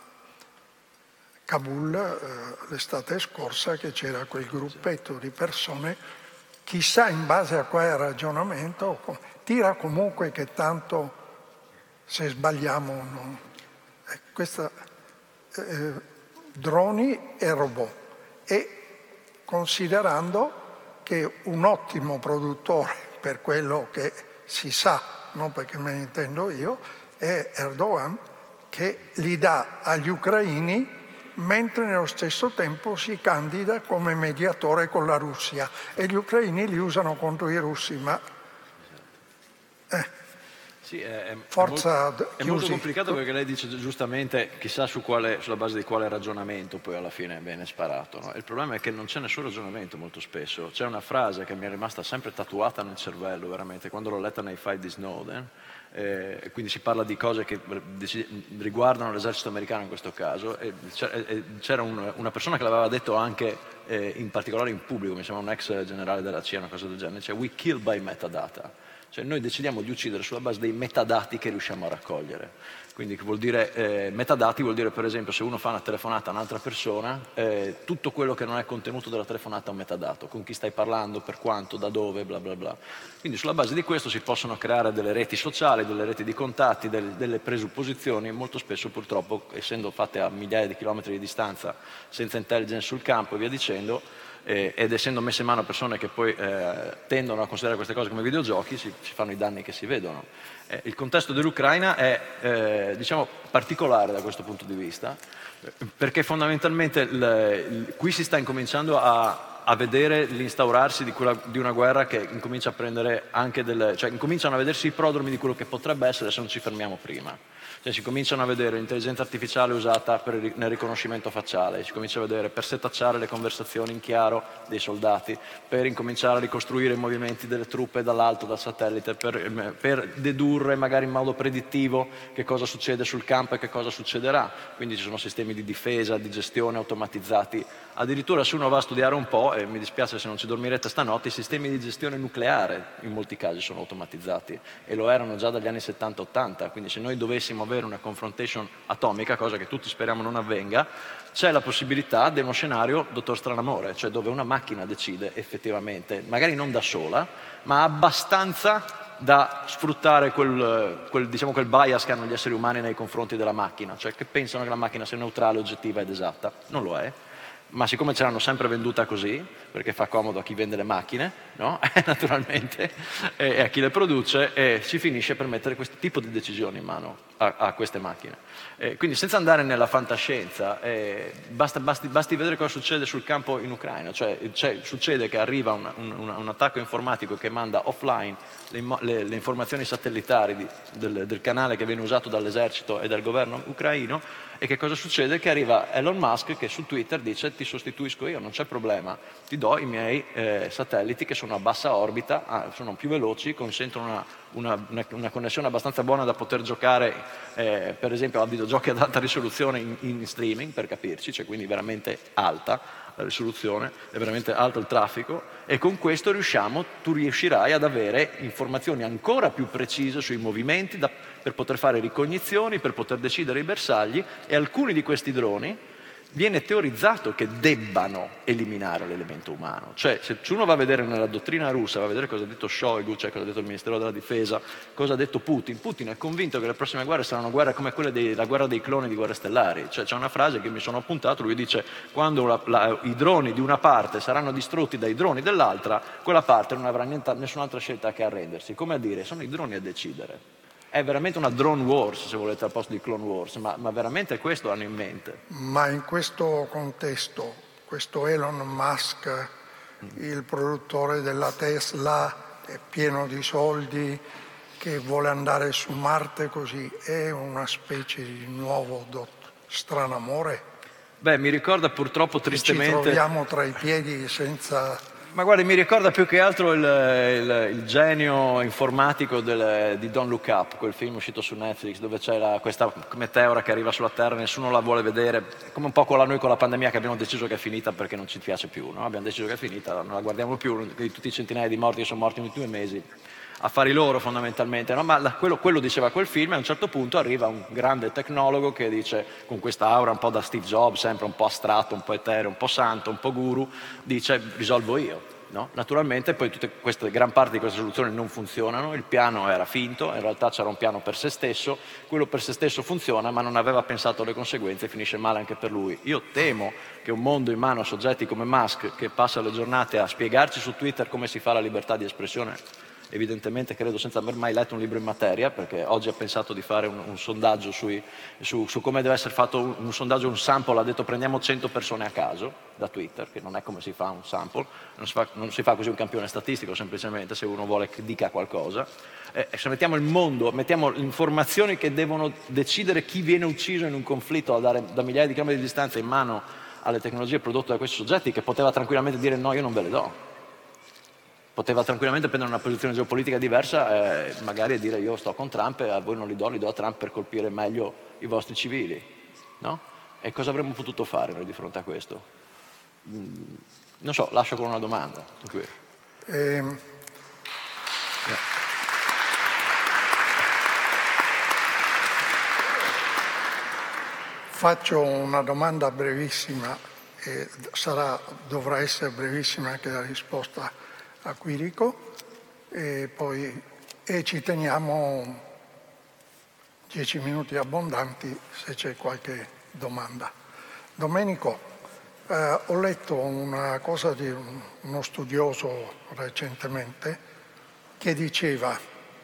Kabul l'estate scorsa, che c'era quel gruppetto di persone, chissà in base a quale ragionamento, tira comunque che tanto se sbagliamo non... droni e robot, e considerando che un ottimo produttore, per quello che si sa, non perché me ne intendo io, è Erdogan, che li dà agli ucraini mentre nello stesso tempo si candida come mediatore con la Russia, e gli ucraini li usano contro i russi, ma sì, è molto complicato, perché lei dice giustamente chissà sulla base di quale ragionamento poi alla fine viene sparato, no? Il problema è che non c'è nessun ragionamento molto spesso. C'è una frase che mi è rimasta sempre tatuata nel cervello, veramente, quando l'ho letta nei file di Snowden, quindi si parla di cose che riguardano l'esercito americano in questo caso, e c'era una persona che l'aveva detto anche in particolare in pubblico, mi sembra un ex generale della CIA, una cosa del genere, cioè we kill by metadata. Cioè noi decidiamo di uccidere sulla base dei metadati che riusciamo a raccogliere. Quindi che vuol dire, metadati vuol dire per esempio se uno fa una telefonata a un'altra persona, tutto quello che non è contenuto della telefonata è un metadato, con chi stai parlando, per quanto, da dove, bla bla bla. Quindi sulla base di questo si possono creare delle reti sociali, delle reti di contatti, delle presupposizioni, molto spesso purtroppo, essendo fatte a migliaia di chilometri di distanza, senza intelligence sul campo e via dicendo, ed essendo messe in mano a persone che poi tendono a considerare queste cose come videogiochi, si fanno i danni che si vedono. Il contesto dell'Ucraina è diciamo particolare da questo punto di vista, perché fondamentalmente qui si sta incominciando a vedere l'instaurarsi di una guerra che incomincia a prendere anche cioè incominciano a vedersi i prodromi di quello che potrebbe essere se non ci fermiamo prima. Cioè, si cominciano a vedere l'intelligenza artificiale usata nel riconoscimento facciale, si comincia a vedere per setacciare le conversazioni in chiaro dei soldati, per incominciare a ricostruire i movimenti delle truppe dall'alto, dal satellite, per dedurre magari in modo predittivo che cosa succede sul campo e che cosa succederà. Quindi ci sono sistemi di difesa, di gestione automatizzati. Addirittura se uno va a studiare un po', e mi dispiace se non ci dormirete stanotte, i sistemi di gestione nucleare in molti casi sono automatizzati e lo erano già dagli anni 70-80, quindi se noi dovessimo avere una confrontation atomica, cosa che tutti speriamo non avvenga, c'è la possibilità di uno scenario Dottor Stranamore, cioè dove una macchina decide effettivamente, magari non da sola, ma abbastanza da sfruttare quel bias che hanno gli esseri umani nei confronti della macchina, cioè che pensano che la macchina sia neutrale, oggettiva ed esatta. Non lo è. Ma siccome ce l'hanno sempre venduta così, perché fa comodo a chi vende le macchine, no? Naturalmente, e a chi le produce, si finisce per mettere questo tipo di decisioni in mano a queste macchine. Quindi senza andare nella fantascienza, basti vedere cosa succede sul campo in Ucraina, cioè succede che arriva un attacco informatico che manda offline le informazioni satellitari del canale che viene usato dall'esercito e dal governo ucraino. E che cosa succede? Che arriva Elon Musk che su Twitter dice ti sostituisco io, non c'è problema, ti do i miei satelliti che sono a bassa orbita, sono più veloci, consentono una connessione abbastanza buona da poter giocare per esempio a videogiochi ad alta risoluzione in streaming, per capirci, cioè quindi veramente alta la risoluzione, è veramente alto il traffico, e con questo tu riuscirai ad avere informazioni ancora più precise sui movimenti per poter fare ricognizioni, per poter decidere i bersagli, e alcuni di questi droni viene teorizzato che debbano eliminare l'elemento umano. Cioè, se uno va a vedere nella dottrina russa, va a vedere cosa ha detto Shoigu, cioè cosa ha detto il Ministero della Difesa, cosa ha detto Putin è convinto che le prossime guerre saranno guerre come quelle la guerra dei cloni di Guerre Stellari. Cioè, c'è una frase che mi sono appuntato, lui dice: quando i droni di una parte saranno distrutti dai droni dell'altra, quella parte non avrà nessun'altra scelta che arrendersi. Come a dire, sono i droni a decidere. È veramente una drone wars, se volete, al posto di clone wars, ma veramente questo hanno in mente. Ma in questo contesto, questo Elon Musk, il produttore della Tesla, è pieno di soldi, che vuole andare su Marte così, è una specie di nuovo Stranamore? Beh, mi ricorda purtroppo tristemente... Ci troviamo tra i piedi senza Ma guardi, mi ricorda più che altro il genio informatico di Don't Look Up, quel film uscito su Netflix, dove c'è questa meteora che arriva sulla Terra e nessuno la vuole vedere, come un po' noi con la pandemia, che abbiamo deciso che è finita perché non ci piace più, no? Abbiamo deciso che è finita, non la guardiamo più, di tutti i centinaia di morti che sono morti negli ultimi mesi, affari loro fondamentalmente, no? Ma quello diceva quel film, e a un certo punto arriva un grande tecnologo che dice, con questa aura un po' da Steve Jobs, sempre un po' astratto, un po' etereo, un po' santo, un po' guru, dice risolvo io, no? Naturalmente poi gran parte di queste soluzioni non funzionano, il piano era finto, in realtà c'era un piano per se stesso, quello per se stesso funziona ma non aveva pensato alle conseguenze e finisce male anche per lui. Io temo che un mondo in mano a soggetti come Musk, che passa le giornate a spiegarci su Twitter come si fa la libertà di espressione, evidentemente credo senza aver mai letto un libro in materia, perché oggi ha pensato di fare un sondaggio su come deve essere fatto un sondaggio, un sample, ha detto prendiamo 100 persone a caso da Twitter, che non è come si fa un sample, non si fa così un campione statistico, semplicemente se uno vuole che dica qualcosa. Se mettiamo il mondo, mettiamo le informazioni che devono decidere chi viene ucciso in un conflitto da migliaia di chilometri di distanza in mano alle tecnologie prodotte da questi soggetti, che poteva tranquillamente dire no, io non ve le do. Poteva tranquillamente prendere una posizione geopolitica diversa, magari dire io sto con Trump e a voi non li do a Trump per colpire meglio i vostri civili, no? E cosa avremmo potuto fare noi di fronte a questo? Non so, lascio con una domanda. Faccio una domanda brevissima e dovrà essere brevissima anche la risposta a Quirico, e ci teniamo 10 minuti abbondanti se c'è qualche domanda. Domenico, ho letto una cosa di uno studioso recentemente che diceva: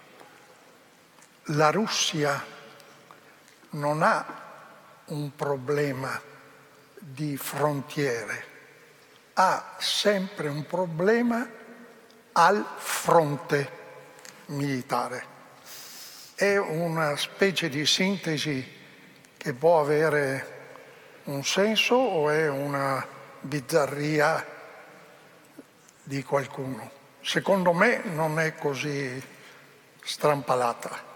la Russia non ha un problema di frontiere, ha sempre un problema al fronte militare. È una specie di sintesi che può avere un senso o è una bizzarria di qualcuno? Secondo me non è così strampalata.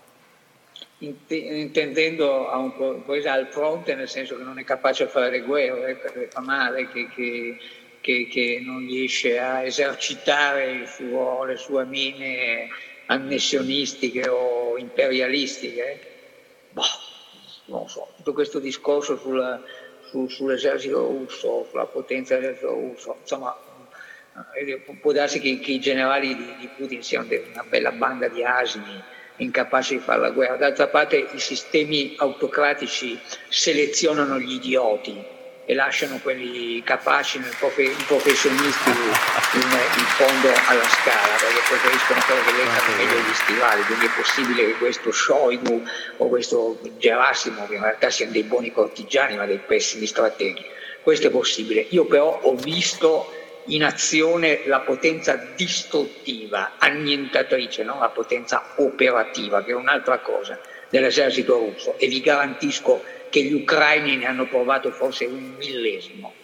Intendendo a un po' al fronte, nel senso che non è capace di fare le guerre, perché fa male, che non riesce a esercitare le sue mine annessionistiche o imperialistiche. Non so, tutto questo discorso sull'esercito russo, sulla potenza dell'esercito russo, insomma, può darsi che i generali di Putin siano una bella banda di asini incapaci di fare la guerra. D'altra parte i sistemi autocratici selezionano gli idioti e lasciano quelli capaci, i professionisti in fondo alla scala, perché preferiscono quello che leggano meglio gli stivali. Quindi è possibile che questo Shoigu o questo Gerassimo, che in realtà siano dei buoni cortigiani ma dei pessimi strateghi, questo è possibile. Io però ho visto in azione la potenza distruttiva, annientatrice, non la potenza operativa, che è un'altra cosa, dell'esercito russo, e vi garantisco che gli ucraini ne hanno provato forse un millesimo.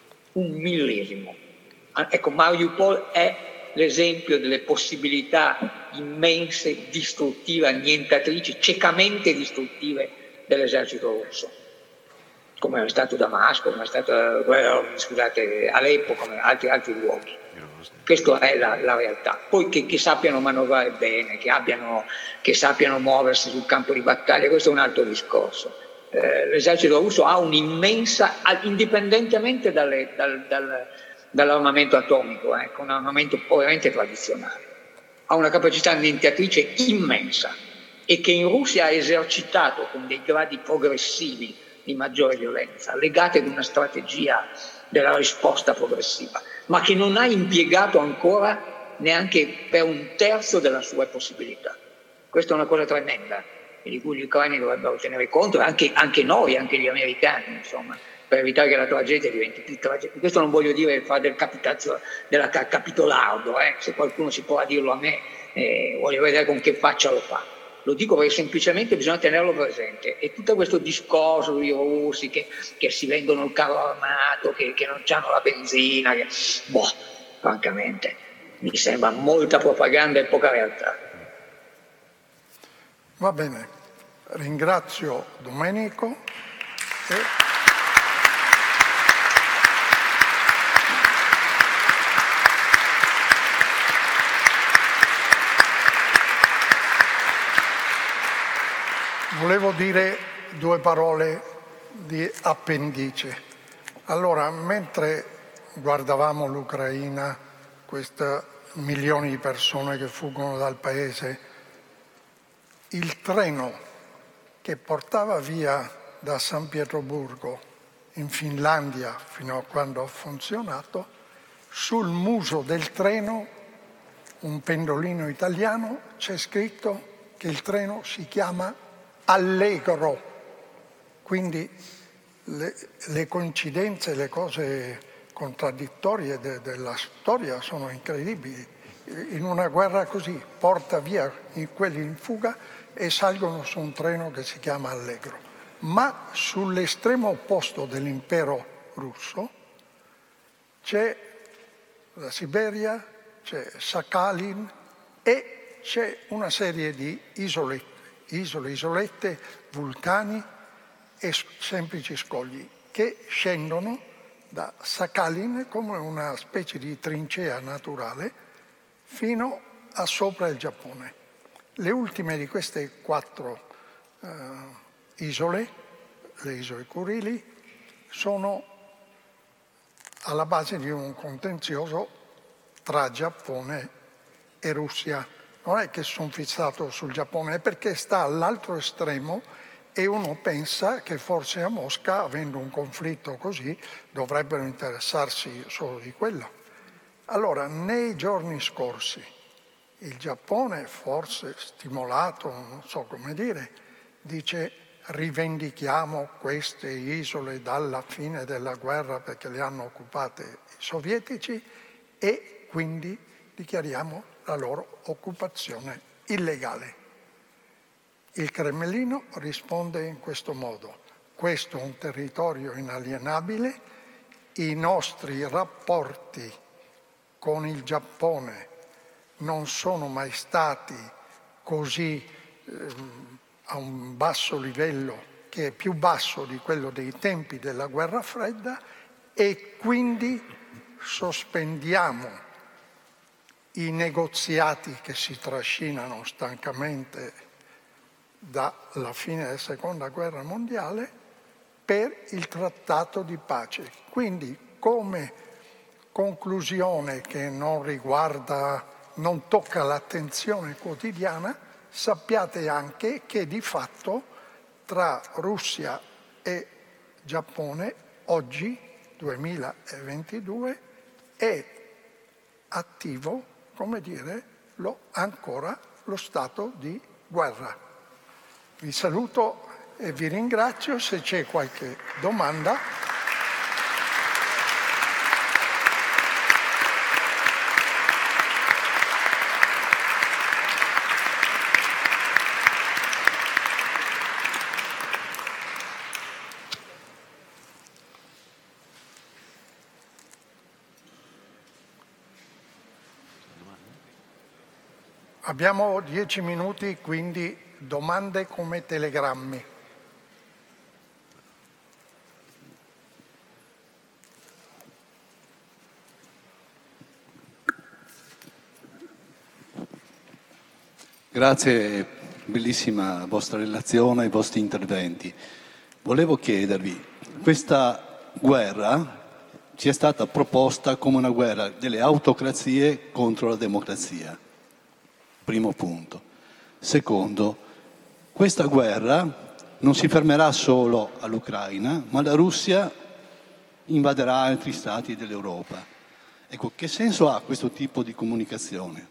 Ecco, Mariupol è l'esempio delle possibilità immense, distruttive, annientatrici, ciecamente distruttive dell'esercito russo, come è stato Damasco, come è stato Aleppo, come altri luoghi. Questa è la realtà. Poi che sappiano manovrare bene, che sappiano muoversi sul campo di battaglia, questo è un altro discorso. L'esercito russo ha un'immensa, indipendentemente dall'armamento atomico, con un armamento ovviamente tradizionale, ha una capacità annientatrice immensa e che in Russia ha esercitato con dei gradi progressivi di maggiore violenza, legate ad una strategia della risposta progressiva, ma che non ha impiegato ancora neanche per un terzo della sua possibilità. Questa è una cosa tremenda, e di cui gli ucraini dovrebbero tenere conto, anche noi, anche gli americani, insomma, per evitare che la tragedia diventi più tragedia. Questo non voglio dire fare del capitolardo, se qualcuno si può dirlo a me, voglio vedere con che faccia lo fa. Lo dico perché semplicemente bisogna tenerlo presente. E tutto questo discorso dei russi che si vendono il carro armato, che non hanno la benzina, francamente. Mi sembra molta propaganda e poca realtà. Va bene, ringrazio Domenico. Volevo dire 2 parole di appendice. Allora, mentre guardavamo l'Ucraina, questi milioni di persone che fuggono dal paese, il treno che portava via da San Pietroburgo in Finlandia fino a quando ha funzionato, sul muso del treno, un pendolino italiano, c'è scritto che il treno si chiama Allegro. Quindi le coincidenze, le cose contraddittorie della storia sono incredibili. In una guerra così porta via quelli in fuga e salgono su un treno che si chiama Allegro. Ma sull'estremo opposto dell'impero russo c'è la Siberia, c'è Sakhalin e c'è una serie di isolette, vulcani e semplici scogli che scendono da Sakhalin come una specie di trincea naturale fino a sopra il Giappone. Le ultime di queste 4 isole, le isole Kurili, sono alla base di un contenzioso tra Giappone e Russia. Non è che sono fissato sul Giappone, è perché sta all'altro estremo e uno pensa che forse a Mosca, avendo un conflitto così, dovrebbero interessarsi solo di quello. Allora, nei giorni scorsi, il Giappone, forse stimolato, non so come dire, dice rivendichiamo queste isole dalla fine della guerra perché le hanno occupate i sovietici e quindi dichiariamo la loro occupazione illegale. Il Cremlino risponde in questo modo: questo è un territorio inalienabile, i nostri rapporti con il Giappone non sono mai stati così a un basso livello, che è più basso di quello dei tempi della Guerra Fredda, e quindi sospendiamo i negoziati che si trascinano stancamente dalla fine della Seconda Guerra Mondiale per il trattato di pace. Quindi, come conclusione che non tocca l'attenzione quotidiana, sappiate anche che di fatto tra Russia e Giappone oggi, 2022, è attivo, come dire, ancora lo stato di guerra. Vi saluto e vi ringrazio. Se c'è qualche domanda. Abbiamo 10 minuti, quindi domande come telegrammi. Grazie, bellissima vostra relazione e i vostri interventi. Volevo chiedervi, questa guerra ci è stata proposta come una guerra delle autocrazie contro la democrazia. Primo punto. Secondo, questa guerra non si fermerà solo all'Ucraina, ma la Russia invaderà altri stati dell'Europa. Ecco, che senso ha questo tipo di comunicazione?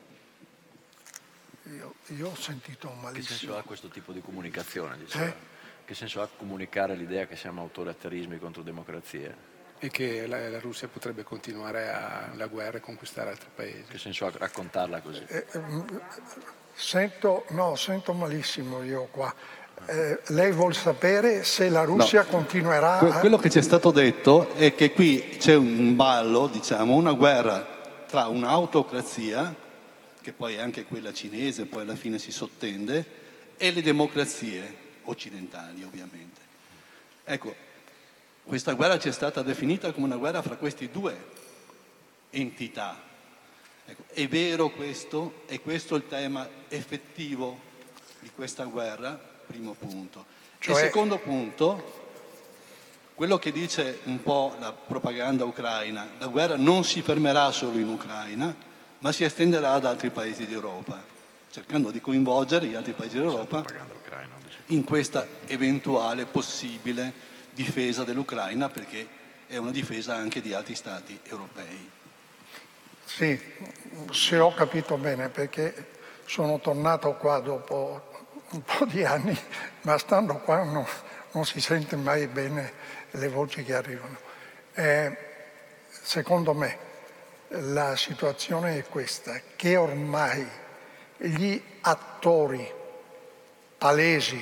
Io ho sentito malissimo. Che senso ha questo tipo di comunicazione? Che senso ha comunicare l'idea che siamo autoritarismi contro democrazie? E che la Russia potrebbe continuare la guerra e conquistare altri paesi. Che senso ha raccontarla così? Sento malissimo io qua. Lei vuol sapere se la Russia continuerà Quello che ci è stato detto è che qui c'è un ballo, diciamo, una guerra tra un'autocrazia, che poi è anche quella cinese, poi alla fine si sottende, e le democrazie occidentali, ovviamente. Ecco, questa guerra ci è stata definita come una guerra fra queste due entità. Ecco, è vero questo? È questo il tema effettivo di questa guerra? Primo punto. E secondo punto, quello che dice un po' la propaganda ucraina, la guerra non si fermerà solo in Ucraina, ma si estenderà ad altri paesi d'Europa, cercando di coinvolgere gli altri paesi d'Europa in questa eventuale possibile difesa dell'Ucraina, perché è una difesa anche di altri stati europei. Sì, se ho capito bene, perché sono tornato qua dopo un po' di anni, ma stando qua non si sente mai bene le voci che arrivano. Secondo me la situazione è questa, che ormai gli attori palesi,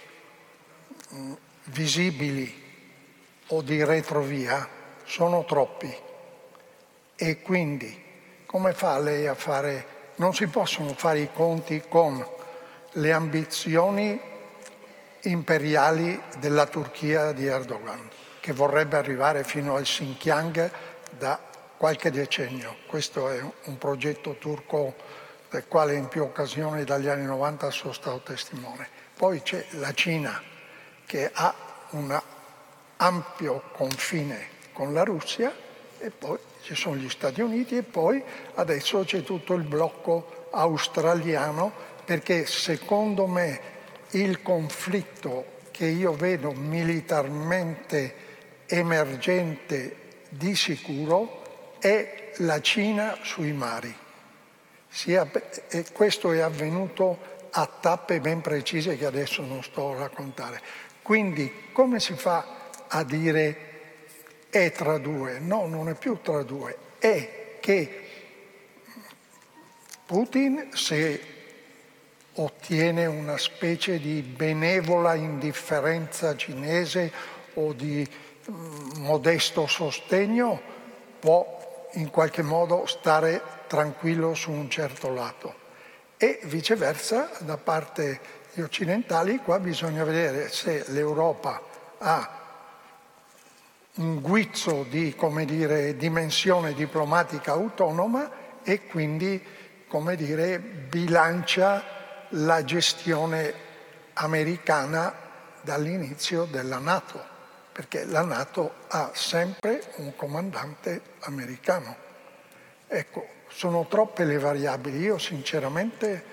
visibili o di retrovia sono troppi, e quindi come fa lei a fare? Non si possono fare i conti con le ambizioni imperiali della Turchia di Erdogan, che vorrebbe arrivare fino al Xinjiang da qualche decennio. Questo è un progetto turco del quale in più occasioni dagli anni 90 sono stato testimone. Poi c'è la Cina, che ha un ampio confine con la Russia, e poi ci sono gli Stati Uniti, e poi adesso c'è tutto il blocco australiano, perché secondo me il conflitto che io vedo militarmente emergente di sicuro è la Cina sui mari. E questo è avvenuto a tappe ben precise che adesso non sto a raccontare. Quindi come si fa a dire è tra due? No, non è più tra due, è che Putin, se ottiene una specie di benevola indifferenza cinese o di modesto sostegno, può in qualche modo stare tranquillo su un certo lato. E viceversa, da parte degli occidentali, qua bisogna vedere se l'Europa ha un guizzo di, come dire, dimensione diplomatica autonoma e quindi, come dire, bilancia la gestione americana dall'inizio della NATO, perché la NATO ha sempre un comandante americano. Ecco, sono troppe le variabili. Io sinceramente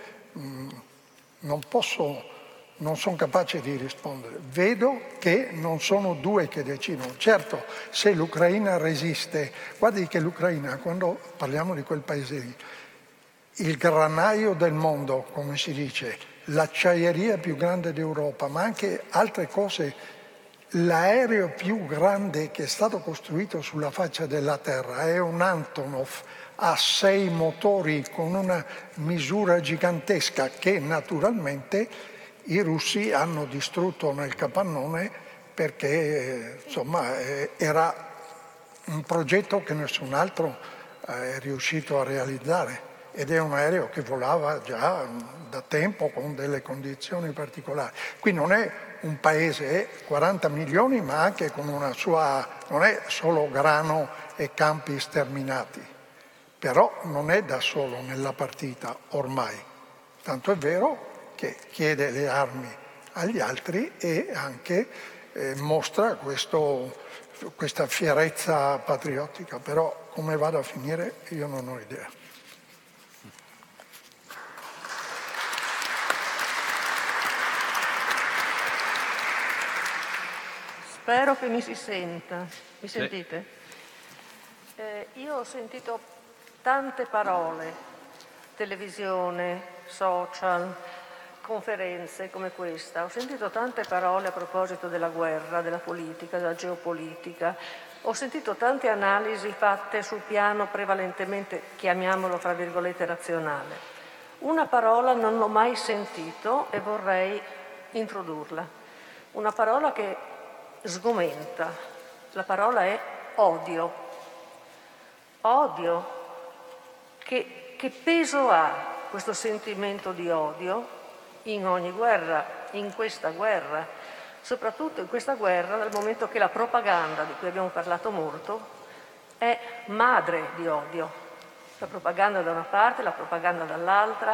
non sono capace di rispondere. Vedo che non sono due che decidono. Certo, se l'Ucraina resiste, guardi che l'Ucraina, quando parliamo di quel paese lì, il granaio del mondo, come si dice, l'acciaieria più grande d'Europa, ma anche altre cose, l'aereo più grande che è stato costruito sulla faccia della terra è un Antonov, ha 6 motori con una misura gigantesca che naturalmente i russi hanno distrutto nel capannone, perché insomma era un progetto che nessun altro è riuscito a realizzare, ed è un aereo che volava già da tempo con delle condizioni particolari. Qui non è un paese, è 40 milioni, ma anche con una sua, non è solo grano e campi sterminati, però non è da solo nella partita ormai, tanto è vero che chiede le armi agli altri e anche mostra questa fierezza patriottica, però come vada a finire io non ho idea. Spero che mi si senta. Mi sentite? Io ho sentito tante parole, televisione, social, conferenze come questa. Ho sentito tante parole a proposito della guerra, della politica, della geopolitica. Ho sentito tante analisi fatte sul piano prevalentemente, chiamiamolo fra virgolette, razionale. Una parola non l'ho mai sentito e vorrei introdurla. Una parola che sgomenta. La parola è odio. Odio che peso ha questo sentimento di odio in ogni guerra, in questa guerra, soprattutto in questa guerra, dal momento che la propaganda, di cui abbiamo parlato molto, è madre di odio. La propaganda da una parte, la propaganda dall'altra,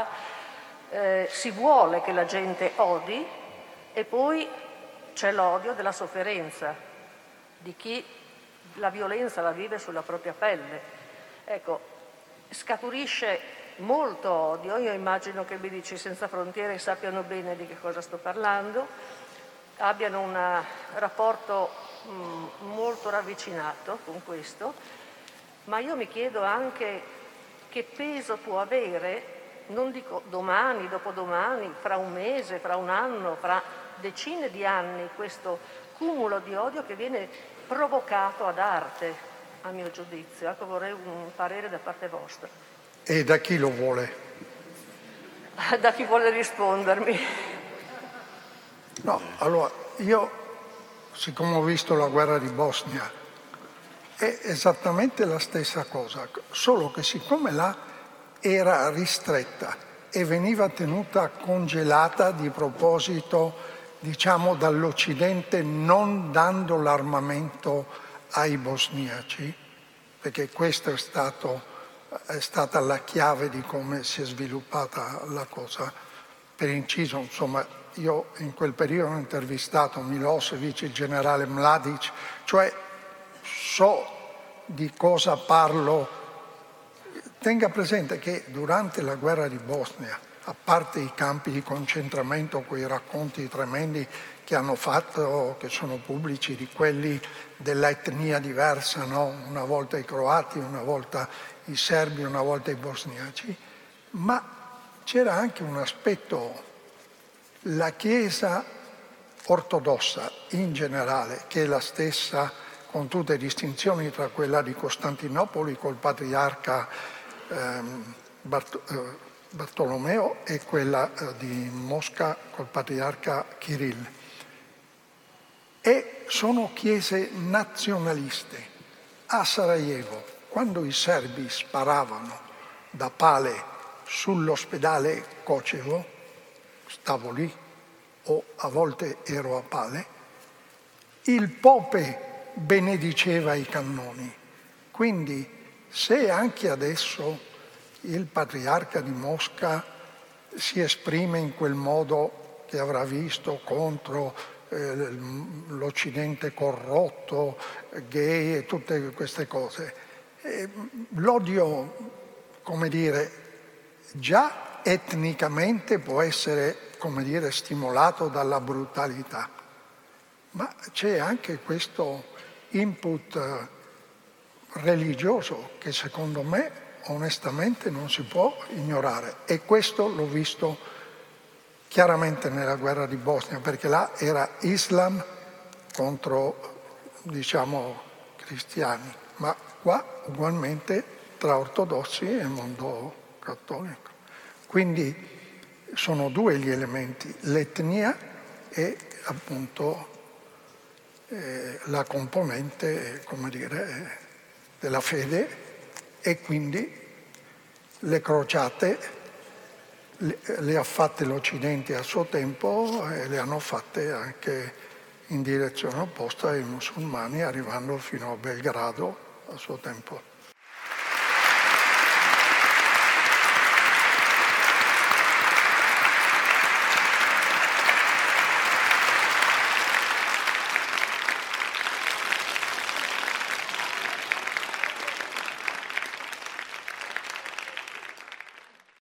si vuole che la gente odi e poi c'è l'odio della sofferenza, di chi la violenza la vive sulla propria pelle. Ecco, scaturisce molto odio. Io immagino che i Medici Senza Frontiere sappiano bene di che cosa sto parlando, abbiano un rapporto molto ravvicinato con questo, ma io mi chiedo anche che peso può avere, non dico domani, dopodomani, fra un mese, fra un anno, fra decine di anni, questo cumulo di odio che viene provocato ad arte, a mio giudizio. Ecco, vorrei un parere da parte vostra. E da chi lo vuole? Da chi vuole rispondermi. No, allora, io, siccome ho visto la guerra di Bosnia, è esattamente la stessa cosa, solo che siccome là era ristretta e veniva tenuta congelata di proposito, diciamo, dall'Occidente, non dando l'armamento ai bosniaci, perché questo è stata la chiave di come si è sviluppata la cosa. Per inciso, insomma, io in quel periodo ho intervistato Milosevic, il generale Mladic, cioè so di cosa parlo. Tenga presente che durante la guerra di Bosnia, a parte i campi di concentramento, quei racconti tremendi che hanno fatto, che sono pubblici, di quelli dell'etnia diversa, no? Una volta i croati, una volta i serbi, una volta i bosniaci, ma c'era anche un aspetto, la Chiesa ortodossa in generale, che è la stessa con tutte le distinzioni tra quella di Costantinopoli col patriarca Bartolomeo e quella di Mosca col patriarca Kirill. E sono chiese nazionaliste. A Sarajevo, quando i serbi sparavano da pale sull'ospedale Kočevo, stavo lì, o a volte ero a Pale, il Pope benediceva i cannoni. Quindi se anche adesso il patriarca di Mosca si esprime in quel modo che avrà visto contro l'Occidente corrotto, gay e tutte queste cose, l'odio, come dire, già etnicamente può essere, come dire, stimolato dalla brutalità, ma c'è anche questo input religioso che secondo me onestamente non si può ignorare, e questo l'ho visto chiaramente nella guerra di Bosnia, perché là era Islam contro, diciamo, cristiani, ma qua ugualmente tra ortodossi e mondo cattolico. Quindi sono due gli elementi, l'etnia e appunto la componente, come dire, della fede, e quindi le crociate le ha fatte l'Occidente a suo tempo e le hanno fatte anche in direzione opposta ai musulmani, arrivando fino a Belgrado a suo tempo.